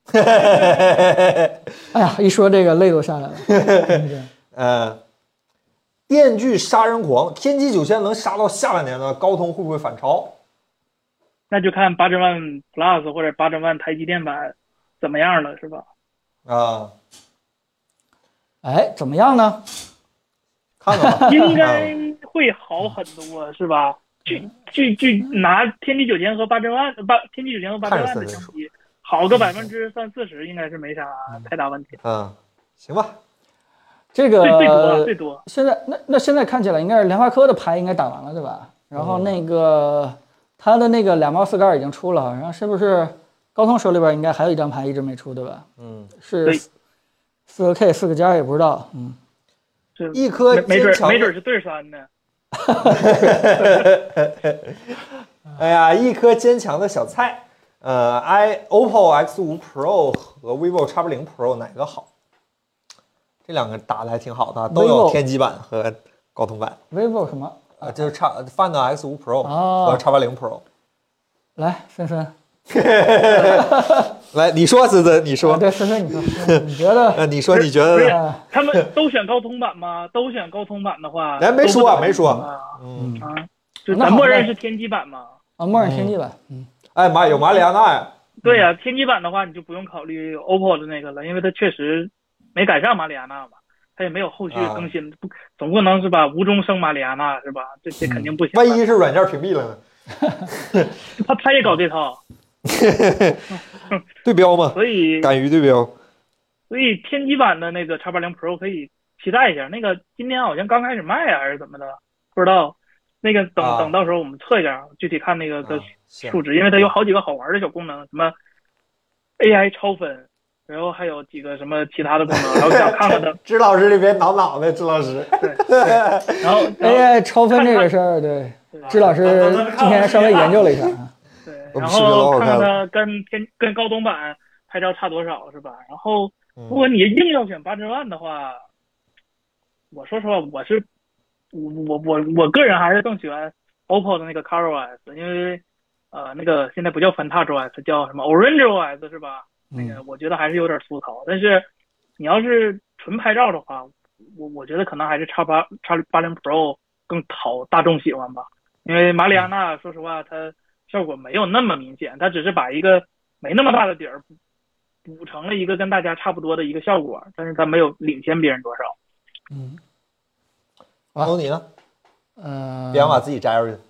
哎呀，一说这个泪都下来了。 呃，电锯杀人狂，天玑九千能杀到下半年呢，高通会不会反超？ 那就看八千万 Plus 或者八千万台积电版怎么样了，是吧？ 啊， 哎，怎么样呢？ 看看吧， 应该会好很多，是吧？就就就拿天玑九千和八千万八天玑九千和八千万的相比，好个百分之三四十，应该是没啥太大问题。 嗯，行吧。 这个最最多最多。 现在那那现在看起来应该是联发科的牌应该打完了，对吧？然后那个它的那个两毛四杆已经出了，然后是不是高通手里边应该还有一张牌一直没出，对吧？ 嗯， 是四个 K 四个加也不知道，嗯。 一颗没准没准是对三的。 哎呀，一颗坚强的小菜。呃 ，i O P P O X 五 Pro 和 vivo X 八零 Pro 哪个好？这两个打的还挺好的，都有天玑版和高通版。 vivo 什么？ 啊，就是 X Find X 五 Pro 和 X 八零 Pro。 来，森森。 来，你说，森森，你说。 对，森森，你说，你觉得？ 呃，你说，你觉得？ 他们都选高通版吗？都选高通版的话， 哎，没说，没说。 嗯啊，就咱默认是天玑版嘛。 啊，默认天玑版。嗯。 哎妈，有马里亚纳呀。 对呀，天玑版的话，你就不用考虑 O P P O 的那个了，因为它确实没赶上马里亚纳嘛，它也没有后续更新，不总不能是吧？无中生马里亚纳是吧？这这肯定不行。 万一是软件屏蔽了呢？ 他他也搞这套。 对标嘛， 所以敢于对标。 所以天玑版的那个 X 八零 Pro 可以期待一下，那个今年好像刚开始卖啊，还是怎么的，不知道。那个等、啊、等到时候我们测一下，具体看那个的数值，啊、因为它有好几个好玩的小功能，什么 A I 超分，然后还有几个什么其他的功能，然后想看看的。 支老师这边挠脑袋，支老师。 对。对然后 A I 超分这个事儿，对，支老师今天稍微研究了一下。 对。然后看看它跟天跟高通版拍照差多少，是吧？然后如果你硬要选八千万的话，我说实话，我是。我我我我个人还是更喜欢 O P P O 的那个 ColorOS， 因为呃那个现在不叫 FanTouchOS， 叫什么 OrangeOS 是吧？那个我觉得还是有点粗糙。但是你要是纯拍照的话，我我觉得可能还是 X 八 X 八零 Pro 更讨大众喜欢吧。因为马里亚纳说实话它效果没有那么明显，它只是把一个没那么大的底儿补成了一个跟大家差不多的一个效果，但是它没有领先别人多少。 嗯。 有你呢？ 呃， 别把自己摘出去。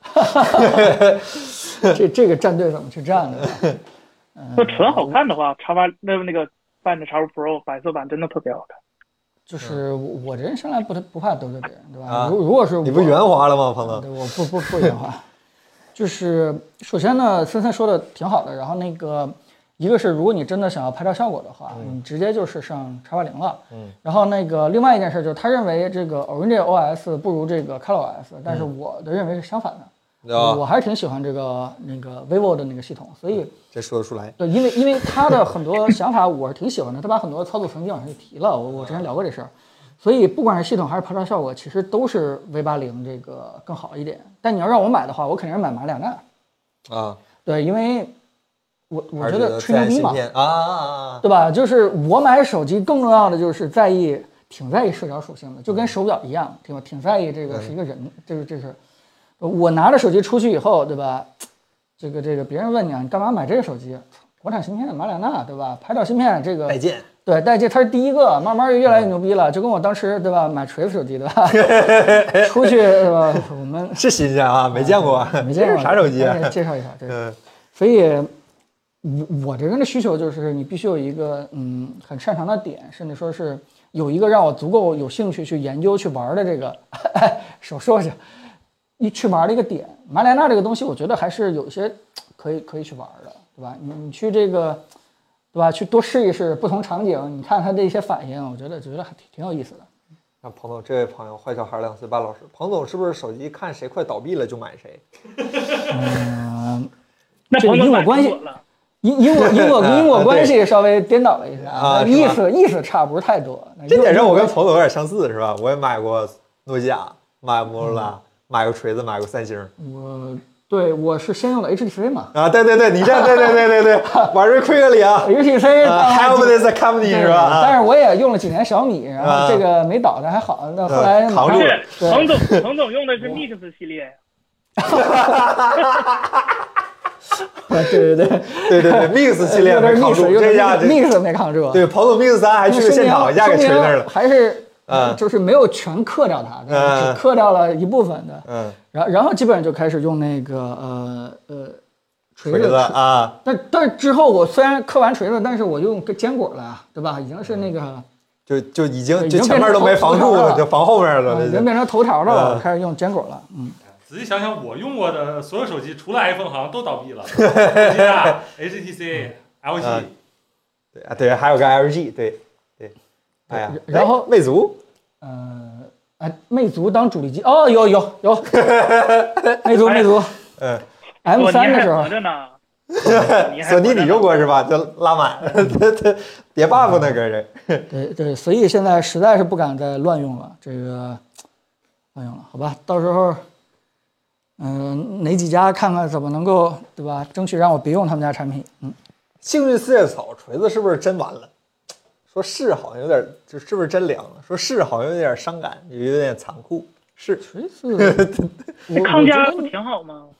这这个战队怎么去站的？ 说纯好看的话，叉八那那个办的 X 五 Pro 白色版真的特别好看。 就是我这人生来不不怕得罪别人，对吧？ 啊、 如如果是你不圆滑了吗，彭总？ 对，我不不不圆滑。就是首先呢，森森说的挺好的，然后那个。一个是，如果你真的想要拍照效果的话，嗯、你直接就是上 X 八零了。嗯，然后那个另外一件事就是，他认为这个 OrangeOS 不如这个 ColorOS， 但是我的认为是相反的。嗯、我还是挺喜欢这个那个 vivo 的那个系统，所以这说得出来。 对，因为因为他的很多想法我是挺喜欢的，他把很多操作层级往上提了。我我之前聊过这事儿，所以不管是系统还是拍照效果，其实都是 V 八零这个更好一点。但你要让我买的话，我肯定是买马里亚纳。 啊， 对，因为。我我觉得吹牛逼嘛， 啊啊啊， 对吧？就是我买手机更重要的就是在意，挺在意社交属性的，就跟手表一样，对吧？挺在意这个是一个人，嗯、这个这是我拿着手机出去以后，对吧？这个这个别人问你啊，你干嘛买这个手机？国产芯片马里亚纳，对吧？拍照芯片这个带劲， 对带劲，它是第一个，慢慢越来越牛逼了，就跟我当时对吧买锤子手机对吧？出去对吧？我们是新鲜啊，没见过， 没见过啥手机啊？ 介绍一下，对，嗯、所以。我我这个人的需求就是你必须有一个嗯很擅长的点，甚至说是有一个让我足够有兴趣去研究去玩的这个少说着一去玩的一个点。马里亚纳这个东西，我觉得还是有一些可以可以去玩的，对吧？你你去这个对吧？去多试一试不同场景，你看它的一些反应，我觉得觉得还挺挺有意思的。 那彭总，这位朋友坏小孩两岁半老师，彭总是不是手机看谁快倒闭了就买谁？ 嗯， 那这个因果关系。 因因果因果因果关系稍微颠倒了一下啊， 意思意思差不是太多。 这点让我跟彭总有点相似，是吧？我也买过诺基亚，买过摩托罗拉，买过锤子，买过三星。 我对我是先用的 H T C 嘛。 啊，对对对，你这对对对对对，玩这 quick 里啊 ，H T C。Have this company 是吧？ 但是我也用了几年小米，然后这个没倒的还好。那后来扛住了。 彭总彭总用的是 Mix 系列。 对对对对对对 ，Mix 系列没扛住，这下 Mix 没扛住。 对，彭总 Mix 三还去了现场，一下给锤那儿了。 还是嗯，就是没有全克掉它，只克掉了一部分的。 嗯， 然后然后基本上就开始用那个呃呃锤子啊。 但但是之后我虽然克完锤子，但是我用坚果了，对吧？已经是那个就就已经就前面都没防住了，就防后面了， 已经变成头条了，开始用坚果了。嗯。 仔细想想，我用过的所有手机，除了 iPhone 好像都倒闭了。诺基亚、H T C、L G， 对啊，对，还有个 L G， 对对。哎呀， 然后魅族， 呃，哎，魅族当主力机，哦，有有有，魅族魅族， 嗯 ，M 三的时候， 索尼你用过是吧？就拉满，别 buff 那个人。 对对，所以现在实在是不敢再乱用了，这个乱用了，好吧，到时候。嗯，哪几家看看怎么能够，对吧？争取让我别用他们家产品。嗯， 幸运四叶草锤子是不是真完了？说是好像有点，就是不是真凉了？说是好像有点伤感，有点残酷。是锤子， 康佳不挺好吗？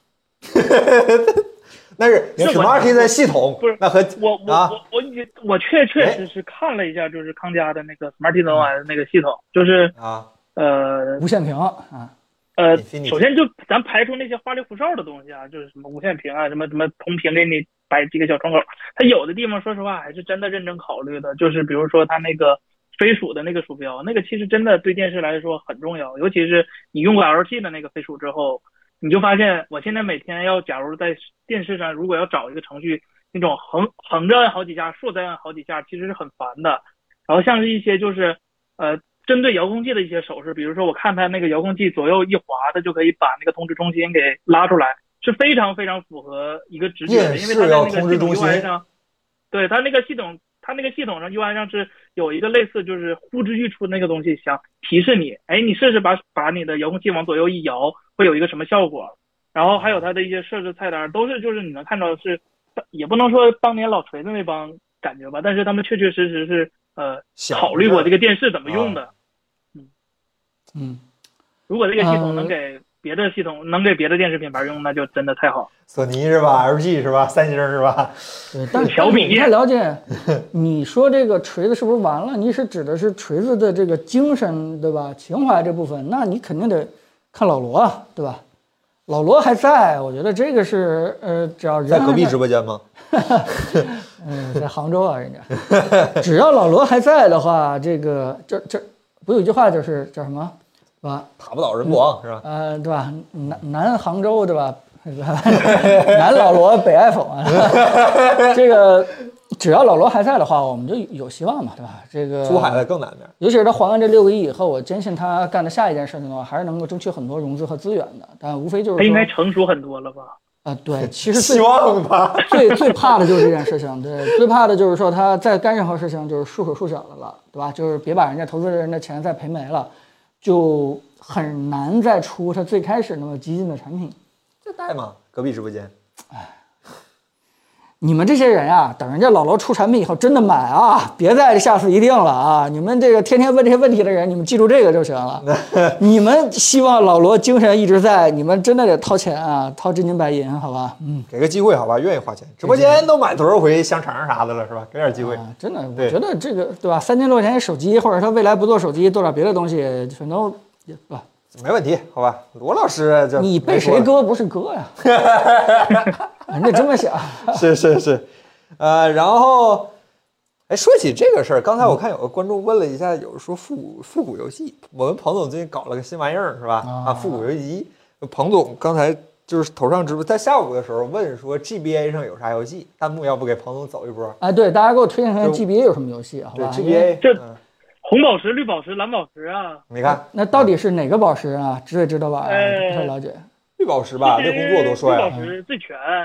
那是 Smarty 的系统， 不是那和我我我我我确确实实看了一下，就是康佳的那个 Smarty O S 那个系统，就是啊呃无线屏啊。 呃，首先就咱排除那些花里胡哨的东西啊，就是什么无线屏啊，什么什么同屏给你摆几个小窗口，它有的地方说实话还是真的认真考虑的，就是比如说它那个飞鼠的那个鼠标，那个其实真的对电视来说很重要，尤其是你用过 L T 的那个飞鼠之后，你就发现我现在每天要假如在电视上如果要找一个程序，那种横横着按好几下，竖着按好几下，其实是很烦的。然后像是一些就是呃。针对遥控器的一些手势，比如说我看它那个遥控器左右一滑，它就可以把那个通知中心给拉出来，是非常非常符合一个直觉的，因为它在那个系统 U I 上，对它那个系统，它那个系统上 U I 上是有一个类似就是呼之欲出那个东西，想提示你，哎，你试试把把你的遥控器往左右一摇，会有一个什么效果。然后还有它的一些设置菜单，都是就是你能看到是，也不能说当年老锤子那帮感觉吧，但是他们确确实实是呃考虑过这个电视怎么用的。 嗯， 如果这个系统能给别的系统、呃、能给别的电视品牌用，那就真的太好。 索尼是吧 ？L G 是吧？三星是吧？ 对，但是小米不太了解。你说这个锤子是不是完了？你是指的是锤子的这个精神，对吧？情怀这部分，那你肯定得看老罗啊，对吧？老罗还在，我觉得这个是呃，只要人在隔壁直播间吗？ 嗯，在杭州啊，人家。只要老罗还在的话，这个这这不有一句话就是叫什么？是吧？ 塔不倒人不亡，是吧？ 呃，对吧？南南杭州，对吧？南老罗，北 iPhone 啊。这个只要老罗还在的话，我们就有希望嘛，对吧？这个珠海的更难点。 尤其是他还完这六个亿以后，我坚信他干的下一件事情的话，还是能够争取很多融资和资源的。但无非就是他应该成熟很多了吧？ 啊、呃，对，其实希望吧。 最最怕的就是这件事情，对，最怕的就是说他再干任何事情就是束手束脚的了，对吧？就是别把人家投资人的钱再赔没了。就很难再出它最开始那么激进的产品， 就带嘛，隔壁直播间。 哎，你们这些人啊，等人家老罗出产品以后真的买啊，别再下次一定了啊！你们这个天天问这些问题的人，你们记住这个就行了。你们希望老罗精神一直在，你们真的得掏钱啊，掏真金白银，好吧？嗯， 给个机会，好吧？愿意花钱，直播间都买多少回香肠啥的了，是吧？给点机会。 啊、真的，我觉得这个对吧？三千多块钱手机，或者他未来不做手机，做点别的东西，全都也不。 没问题，好吧？罗老师就你被谁割不是割呀？人家这么想。 是是是，呃，然后，哎，说起这个事儿，刚才我看有个观众问了一下，有说复古复古游戏，我们彭总最近搞了个新玩意儿，是吧？啊，复古游戏机。彭总刚才就是头上直播，在下午的时候问说 G B A 上有啥游戏，弹幕要不给彭总走一波？ 哎，对，大家给我推荐推荐 G B A 有什么游戏，好吧 ？G B A 这。嗯红宝石、绿宝石、蓝宝石啊！ 你看， 那到底是哪个宝石啊？知道知道吧？ 呃， 不太了解。 绿宝石吧，这工作多帅啊！ 绿宝石最全，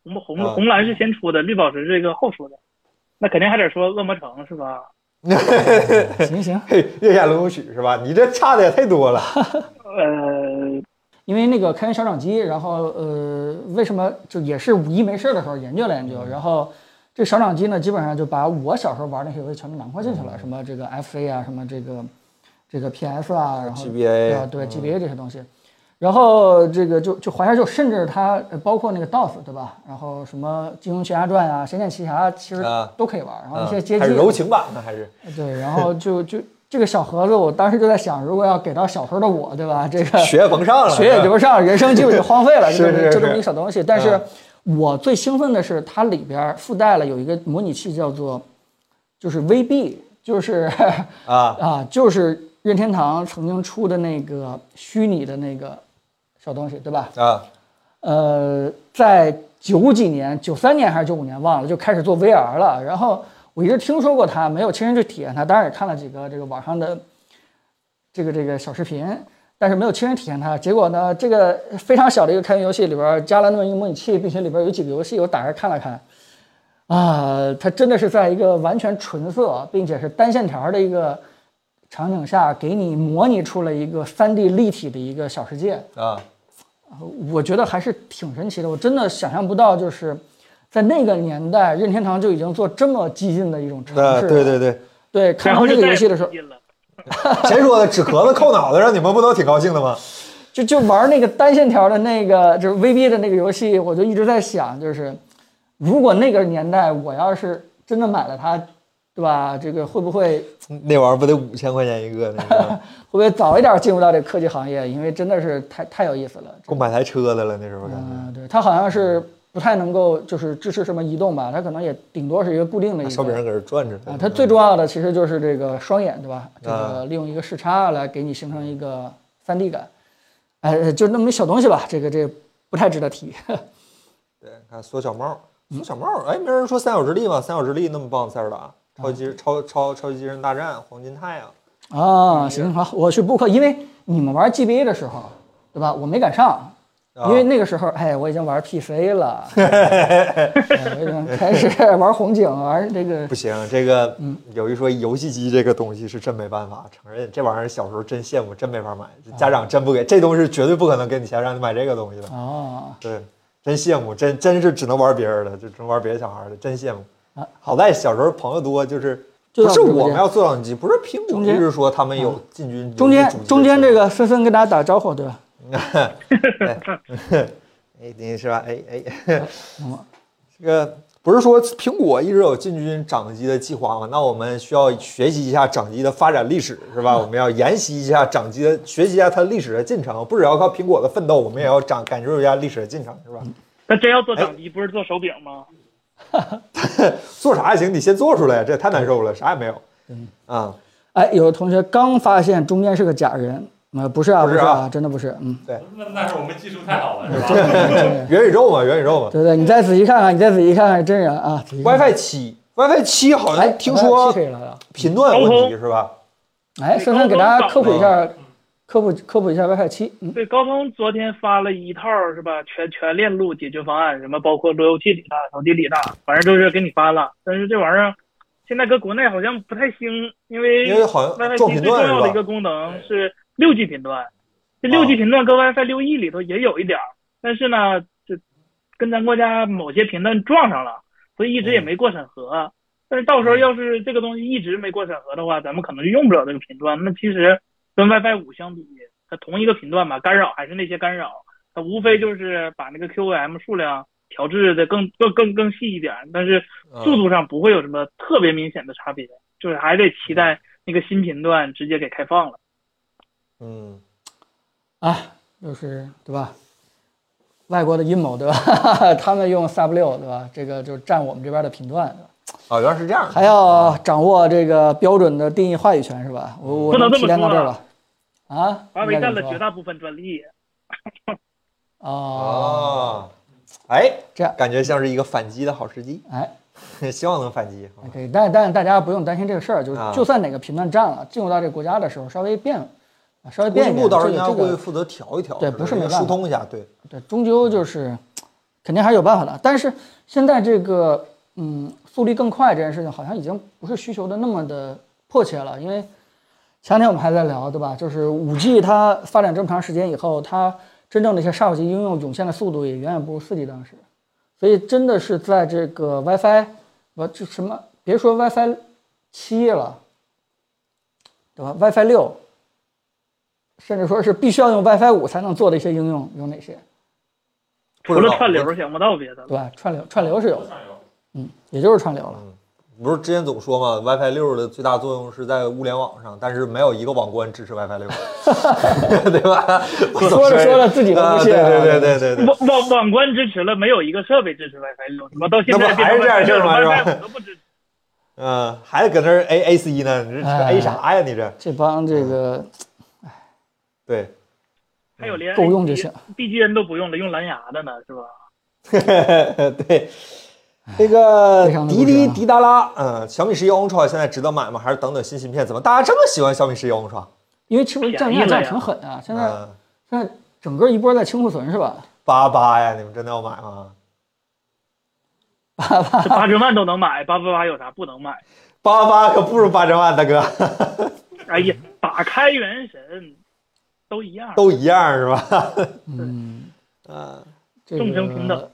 红红红蓝是先出的，绿宝石是一个后出的，那肯定还得说恶魔城是吧？ 行行， 嘿，月下轮舞曲是吧？你这差的也太多了。 呃， 因为那个开源小掌机，然后呃，为什么就也是五一没事的时候研究了研究，然后这小掌机呢，基本上就把我小时候玩那些游戏全都囊括进去了，什么这个 F C 啊，什么这个这个 P S 啊，然后 G B A 啊，对 G B A 这些东西。然后这个就就华夏就甚至它包括那个 D O S 对吧？然后什么《金庸群侠传》啊，《仙剑奇侠》其实都可以玩。然后一些街机还是柔情版的还是对，然后就就这个小盒子，我当时就在想，如果要给到小时候的我，对吧？这个学也甭上了， 学也就不上，人生基本就荒废了， 是就这么是就这么一个小东西。但是我最兴奋的是，它里边附带了有一个模拟器，叫做就是 V B， 就是啊啊，就是任天堂曾经出的那个虚拟的那个。小东西对吧？ 啊， 呃，在九几年、九三年还是九五年忘了，就开始做 V R 了。然后我一直听说过它，没有亲身去体验它，当然也看了几个这个网上的这个这个小视频，但是没有亲身体验它。结果呢，这个非常小的一个开源游戏里边加了那么一个模拟器，并且里边有几个游戏我打开看了看，啊，它真的是在一个完全纯色并且是单线条的一个场景下，给你模拟出了一个三 D 立体的一个小世界啊。 我觉得还是挺神奇的，我真的想象不到，就是在那个年代，任天堂就已经做这么激进的一种尝试。 对对对对，看到这个游戏的时候， 谁说的？纸壳子扣脑袋上，你们不都挺高兴的吗？ 就就玩那个单线条的那个，就是 V B 的那个游戏，我就一直在想，就是如果那个年代我要是真的买了它，对吧？这个会不会那玩意儿不得五千块钱一个？那个会不会早一点进入到这科技行业？因为真的是太太有意思了， 够买台车的了，那时候感觉。 嗯，对，它好像是不太能够就是支持什么移动吧，它可能也顶多是一个固定的一个。 手柄上搁这转着啊，它最重要的其实就是这个双眼，对吧？这个利用一个视差来给你形成一个三 D 感，哎，就那么一小东西吧，这个这个不太值得提。 对，看缩小帽，缩小帽，哎，没人说三角之力吗？三角之力那么棒，塞尔达。超级超超超级机器人大战，黄金太阳啊，行好，我去 book，因为你们玩 G B A 的时候，对吧？我没赶上，因为那个时候，哎，我已经玩 P C 了，哎、我已经开始玩红警，玩这个不行，这个嗯，有一说游戏机这个东西是真没办法承认，这玩意儿小时候真羡慕，真没法买，家长真不给，这东西绝对不可能给你钱让你买这个东西的哦， 对，真羡慕，真真是只能玩别人的，就只能玩别的小孩的，真羡慕。好在小时候朋友多，就是不是我们要做掌机，不是苹果，就是说他们有进军中间中间这个森森跟大家打招呼，对吧？ 哎，你是吧？哎哎，这个不是说苹果一直有进军掌机的计划吗？那我们需要学习一下掌机的发展历史，是吧？我们要研习一下掌机的，学习一下它历史的进程，不只要靠苹果的奋斗，我们也要掌感受一下历史的进程，是吧？ 那真要做掌机，不是做手柄吗？ 做啥也行，你先做出来，这太难受了，啥也没有。嗯啊， 哎，有同学刚发现中间是个假人，呃，不是啊， 不是啊， 真的不是，嗯， 对， 那那是我们技术太好了，是吧？ 元宇宙嘛，元宇宙嘛， 对对，你再仔细看看，你再仔细看看真人啊 ，WiFi 七，WiFi 七好像听说频段问题是吧？ 哎，森森给大家科普一下。科普科普一下 WiFi 七，嗯， 对，高通昨天发了一套是吧？全全链路解决方案，什么包括路由器里大、手机里大，反正就是给你发了。但是这玩意儿现在搁国内好像不太兴，因为因为好像 WiFi 七最重要的一个功能是六 G 频段，这六 G 频段跟 WiFi 六 E 里头也有一点，但是呢，就跟咱国家某些频段撞上了，所以一直也没过审核。但是到时候要是这个东西一直没过审核的话，咱们可能就用不了这个频段。那其实。跟 WiFi 五相比，它同一个频段吧，干扰还是那些干扰，它无非就是把那个 Q O M 数量调制的更更更更细一点，但是速度上不会有什么特别明显的差别，就是还得期待那个新频段直接给开放了。 嗯， 啊，就是对吧？外国的阴谋对吧？他们用 Sub 六对吧？这个就占我们这边的频段。 哦，原来是这样， 还要掌握这个标准的定义话语权是吧？我我能提炼到这儿了。啊， 华为占了绝大部分专利。 哦， 哎， 这样感觉像是一个反击的好时机。 哎， 希望能反击。 对，但但大家不用担心这个事儿，就是就算哪个频段占了，进入到这个国家的时候稍微变，稍微变一变， 部到时候应该会负责调一调， 对，不是没办法疏通一下，对对，终究就是肯定还是有办法的。但是现在这个嗯速率更快这件事情，好像已经不是需求的那么的迫切了，因为前两天我们还在聊，对吧？就是 五 G 它发展这么长时间以后，它真正的一些杀手级应用涌现的速度也远远不如 四 G 当时，所以真的是在这个 WiFi， 我这什么别说 WiFi 七了，对吧 ？WiFi 六，甚至说是必须要用 WiFi 五才能做的一些应用有哪些？ 除了串流想不到别的了。 对吧？串流串流是有的，嗯，也就是串流了。 嗯，不是之前总说嘛 ，WiFi 六的最大作用是在物联网上，但是没有一个网关支持 WiFi 六，对吧？ 说着说着自己都不信、啊。 对对对对对。 网网网关支持了，没有一个设备支持 WiFi 六，我到现在那不还是这样式吗？是吧？ 都不支持。 嗯，还搁那儿 A A C 呢？你这 A 啥呀？你这这帮这个， 哎，对， 还有连够用就行 ，B G N 都不用了，用蓝牙的呢，是吧？ 对，这个滴滴啊滴达拉，嗯，小米十一 Ultra 现在值得买吗？还是等等新芯片？怎么大家这么喜欢小米十一 Ultra？ 因为其实降价降挺狠啊，现在、 嗯、 现在整个一波在清库存是吧？ 八八呀，你们真的要买吗？ 八八这八十万都能买，八八八有啥不能买？ 八八可不如八十万，大哥。 哎呀，打开元神都一样， 都一样是吧？ 嗯嗯， 众生平等。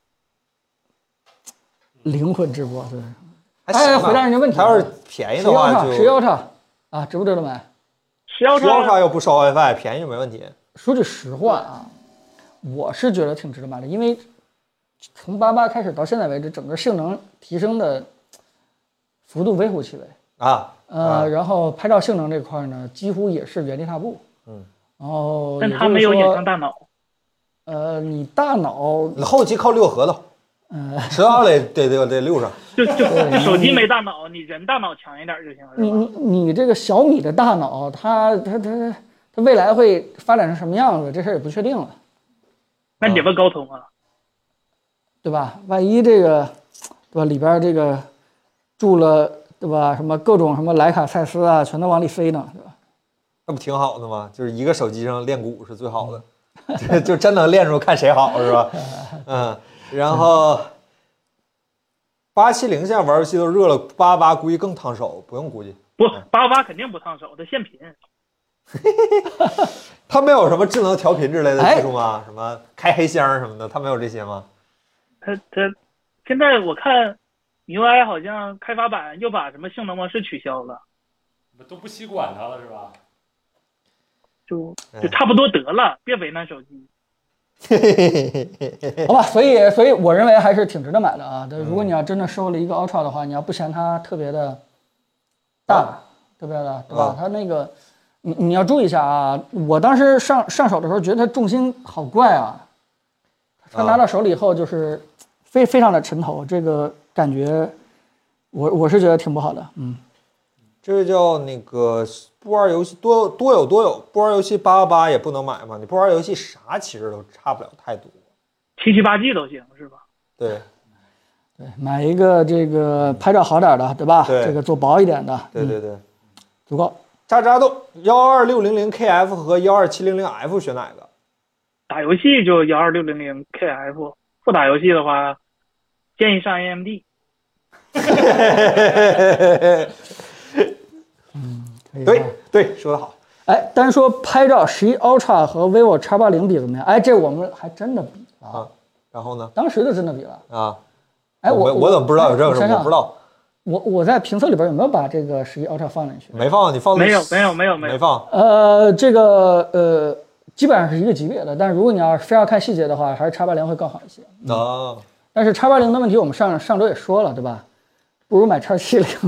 灵魂直播对。 哎， 回答人家问题， 他要是便宜的话就十幺叉啊，值不值得买？ 十幺叉又不烧 WiFi， 便宜就没问题。 说句实话啊，我是觉得挺值得买的，因为从八八开始到现在为止，整个性能提升的幅度微乎其微啊。 呃， 啊然后拍照性能这块呢，几乎也是原地踏步。 嗯， 然后但它没有影响大脑。 呃，你大脑， 你后期靠六核桃。 嗯， 十二得得得得六上， 就就手机没大脑，你人大脑强一点就行了。 你你你这个小米的大脑，它它它它未来会发展成什么样子，这事儿也不确定了。 那你问高通啊， 对吧？万一这个，对吧？里边这个住了，对吧？什么各种什么莱卡赛斯啊，全都往里飞呢，对吧？ 那不挺好的吗？就是一个手机上练鼓是最好的，就就真能练出看谁好是吧？嗯。然后，八七零现在玩游戏都热了，八八估计更烫手，不用估计。 不，八八肯定不烫手，它限频。 它没有什么智能调频之类的技术吗？什么开黑箱什么的，它没有这些吗？ 它它现在我看 M I U I 好像开发版又把什么性能模式取消了， 都不稀管它了是吧？ 就就差不多得了，别为难手机。 好吧，所以所以我认为还是挺值得买的啊。如果你要真的收了一个 Ultra 的话，你要不嫌它特别的大，啊、特别的对吧？啊、它那个你你要注意一下啊。我当时上上手的时候觉得它重心好怪啊，它拿到手里以后就是非非常的沉头，这个感觉我我是觉得挺不好的。嗯， 这个叫那个。不玩游戏多多有多有，不玩游戏八八八也不能买嘛。你不玩游戏啥其实都差不了太多， 七七八 G 都行是吧？ 对， 对，买一个这个拍照好点的，对吧？ 对， 这个做薄一点的， 对对对，嗯、 足够。 渣渣豆幺二六零零 K F 和幺二七零零 F 选哪个？ 打游戏就幺二六零零 K F， 不打游戏的话，建议上 A M D。 嗯。 对对，说得好。 哎，单说拍照，十一 Ultra 和 vivo X 八零比怎么样？哎，这我们还真的比了啊。然后呢？ 当时就真的比了啊。 哎，我我怎么不知道有这个事？我不知道。 我我在评测里边有没有把这个十一 Ultra 放进去？ 没放，你放没有没有没有没有没放。 呃，这个呃，基本上是一个级别的，但是如果你要非要看细节的话，还是 X 八零会更好一些。 啊、嗯。 但是 X 八零的问题，我们上上周也说了，对吧？不如买 X 七零。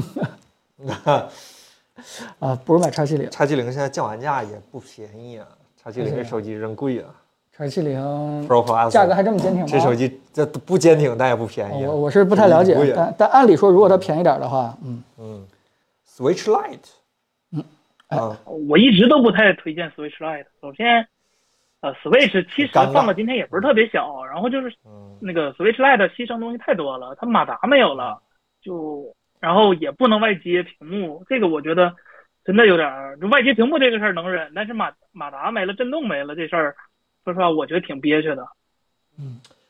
啊，不如买 X 七零。 X 七零现在降完价也不便宜啊 ，X 七零这手机真贵啊。 X 七零 Pro Plus 价格还这么坚挺吗？ 这手机这不坚挺，但也不便宜、啊。 我我是不太了解，但但按理说，如果它便宜点的话，嗯嗯 ，Switch Lite， 嗯， 哎、啊， 我一直都不太推荐 Switch Lite。首先，呃 ，Switch 其实放到今天也不是特别小，然后就是那个 Switch Lite 牺牲东西太多了，它马达没有了，就。然后也不能外接屏幕，这个我觉得真的有点儿，就外接屏幕这个事儿能忍，但是马马达没了，震动没了这事儿，说实话我觉得挺憋屈的。 嗯，它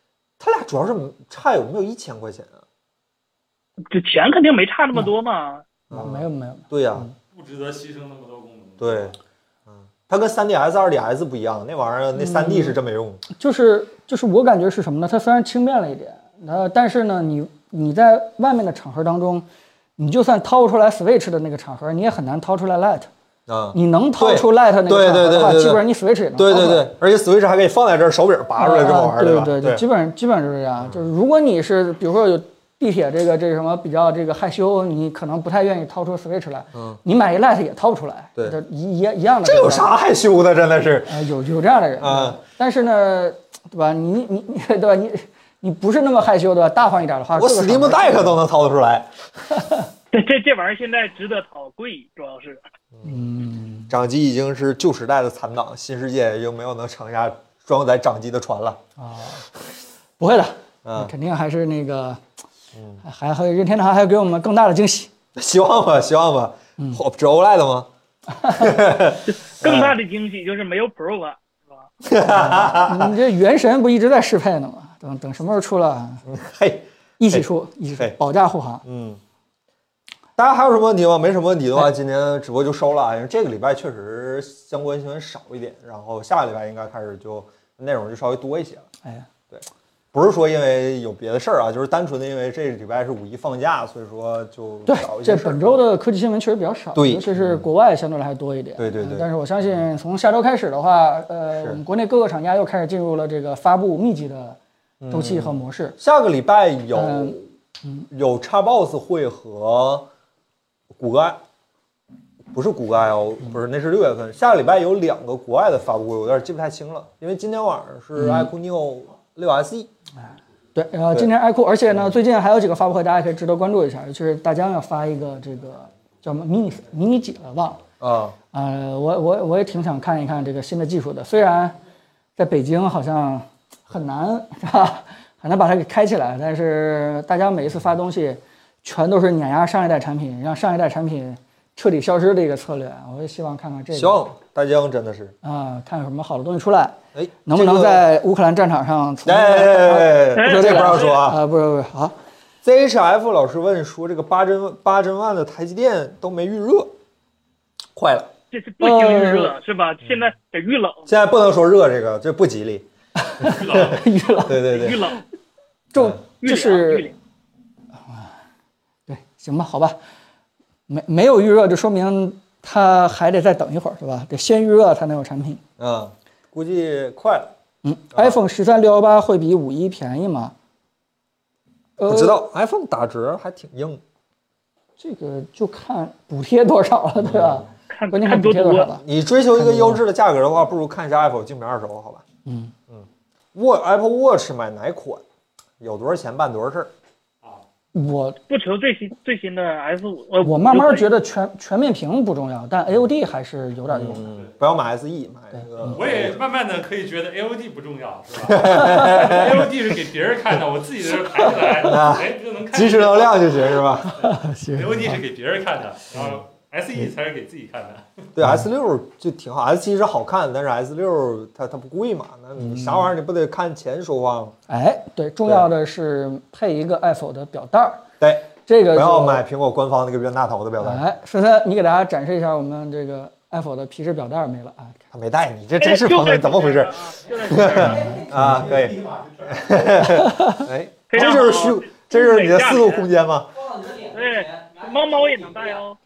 他俩主要是差有没有一千块钱啊？ 这钱肯定没差那么多嘛。 嗯、没有没有。 对呀、啊嗯， 不值得牺牲那么多功能。 对，嗯，它跟 三 D S、二 D S 不一样，那玩意儿那 三 D 是真没用。 嗯、就是就是我感觉是什么呢？它虽然轻便了一点，呃，但是呢，你你在外面的场合当中，你就算掏不出来 Switch 的那个场合，你也很难掏出来 Lite。 啊， 你能掏出 Lite 那个场合的话，基本上你 Switch 也能掏出来。 对对对，而且 Switch 还可以放在这儿，手柄拔出来这么玩儿， 对吧？ 对对，基本上基本上就是这样。就是如果你是比如说有地铁这个这个什么比较这个害羞，你可能不太愿意掏出 Switch 来，嗯，你买一 Lite 也掏不出来， 对， 一一一样的。 这有啥害羞的？真的是， 呃，有有这样的人啊。但是呢，对吧？你你你对吧？你你不是那么害羞对吧？大方一点的话， 我 Steam Deck 都能掏得出来。 这这这玩意儿现在值得掏，贵主要是。 嗯， 掌机已经是旧时代的残党，新世界已经没有能撑下装载掌机的船了啊！不会的， 嗯， 肯定还是那个，嗯，还还任天堂还要给我们更大的惊喜， 希望吧，希望吧。嗯，只 O L E D 吗？ 更大的惊喜就是没有 Pro 版，是吧？ 你这原神不一直在适配呢吗？等等什么时候出了？ 嘿， 一起出，一起出，保驾护航。 嗯。大家还有什么问题吗？没什么问题的话，今天直播就收了啊。因为这个礼拜确实相关新闻少一点，然后下个礼拜应该开始就内容就稍微多一些了。 哎， 对，不是说因为有别的事儿啊，就是单纯的因为这个礼拜是五一放假，所以说就对少一些。 这本周的科技新闻确实比较少， 对， 尤其是国外相对来还多一点。 对对对。 嗯、但是我相信从下周开始的话，呃，我们国内各个厂家又开始进入了这个发布密集的周期和模式。 嗯、下个礼拜有、 嗯嗯、 有 Xbox 会和。谷歌 I 不是谷歌 I O， 不是，那是六月份。下个礼拜有两个国外的发布会，我有点记不太清了，因为今天晚上是 iQOO Neo 六 S E。 哎，对，呃，今天 iQOO，而且呢，最近还有几个发布会，大家可以值得关注一下，就是大疆要发一个这个叫什么 mini mini 几了，忘了啊。呃，我我我也挺想看一看这个新的技术的，虽然在北京好像很难是吧，很难把它给开起来，但是大家每一次发东西。全都是碾压上一代产品，让上一代产品彻底消失的一个策略。我也希望看看这个。 希望大疆真的是啊，看有什么好的东西出来。 哎， 能不能在乌克兰战场上？ 哎哎哎， 这个不让说啊！ 啊，不是不是，好。 Z H F 老师问说，这个八帧八帧万的台积电都没预热，坏了。 这是不行预热、呃、是吧？现在得预冷。 现在不能说热，这个这不吉利。 预冷， 预冷， 对对对， 预冷， 就就是对，行吧，好吧，没没有预热，就说明它还得再等一会儿，是吧？得先预热才能有产品。 嗯，估计快了。 嗯、啊、，iPhone 十三六幺八会比五一便宜吗？ 不知道、呃、，iPhone 打折还挺硬。 这个就看补贴多少了，对吧？ 看关键看补贴多少了。 你追求一个优质的价格的话，不如看一下 Apple 精品二手，好吧？ 嗯嗯 ，Watch Apple Watch 买哪款？有多少钱办多少事儿。 我不求最新最新的 S 五，呃， 我慢慢觉得全全面屏不重要，但 A O D 还是有点用的。 嗯、不要买 S E， 买那个。 我也慢慢的可以觉得 A O D 不重要，是吧？A O D 是给别人看的，我自己在这抬起来，哎，就能看。 及时能亮就行，是吧 ？A O D 是给别人看的，然后 S E 才是给自己看的。 对 S 六就挺好 ，S 七是好看，但是 S 六它它不贵嘛，那你啥玩意儿你不得看钱说话吗？ 哎，对，重要的是配一个 Apple 的表带儿。 对。 这个不要买苹果官方那个冤大头的表带。 哎，森森，你给大家展示一下我们这个 Apple 的皮质表带没了啊？ 他没带，你这真是朋友，怎么回事？啊，可以。哎，这就是虚，这就是你的四度空间吗？ 对，猫猫也能带哦。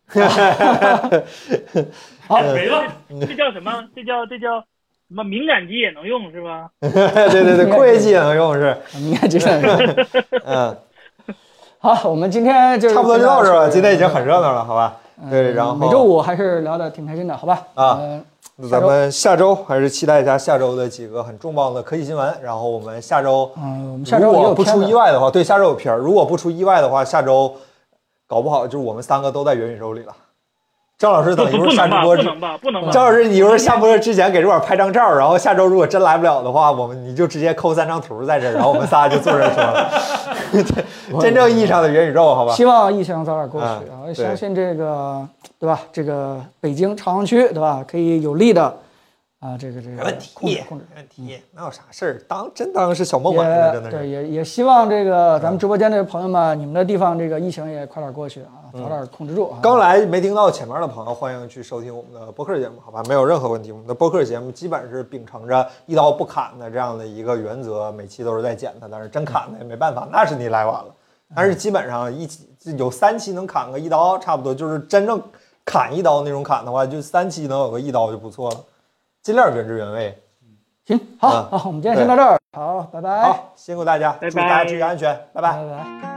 好， 没了。 这叫什么？这叫这叫什么？敏感肌也能用是吧？ 对对对，括约肌也能用是。 敏感肌能用。 嗯。 好，我们今天就差不多就到这了。今天已经很热闹了，好吧？对，然后每周五还是聊得挺开心的，好吧？ 啊，那咱们下周还是期待一下下周的几个很重磅的科技新闻。然后我们下周， 嗯，我们下周如果不出意外的话，对，下周有片儿。如果不出意外的话，下周搞不好就是我们三个都在元宇宙里了。张老师等一会儿下直播， 不能吧？不能吧？ 张老师，你一会儿下播之前给这块拍张照，然后下周如果真来不了的话，我们你就直接抠三张图在这儿，然后我们仨就坐这儿说了。真正意义上的元宇宙，好吧？ 希望疫情早点过去啊！ 嗯、 我相信这个，对吧？这个北京朝阳区，对吧？可以有力的啊，这个这个没问题， 控制控制没问题，哪有啥事儿？当真当是小孟买呢，真的是。 对，也也希望这个咱们直播间的朋友们，你们的地方这个疫情也快点过去啊，早点控制住啊。 刚来没听到前面的朋友，欢迎去收听我们的播客节目，好吧？没有任何问题。我们的播客节目基本是秉承着一刀不砍的这样的一个原则，每期都是在剪的，但是真砍的也没办法，那是你来晚了。但是基本上一期有三期能砍个一刀，差不多就是真正砍一刀那种砍的话，就三期能有个一刀就不错了。尽量原汁原味。 行，好，好，我们今天先到这儿，好，拜拜。 好，辛苦大家， 拜拜祝大家注意安全，拜拜。 拜拜。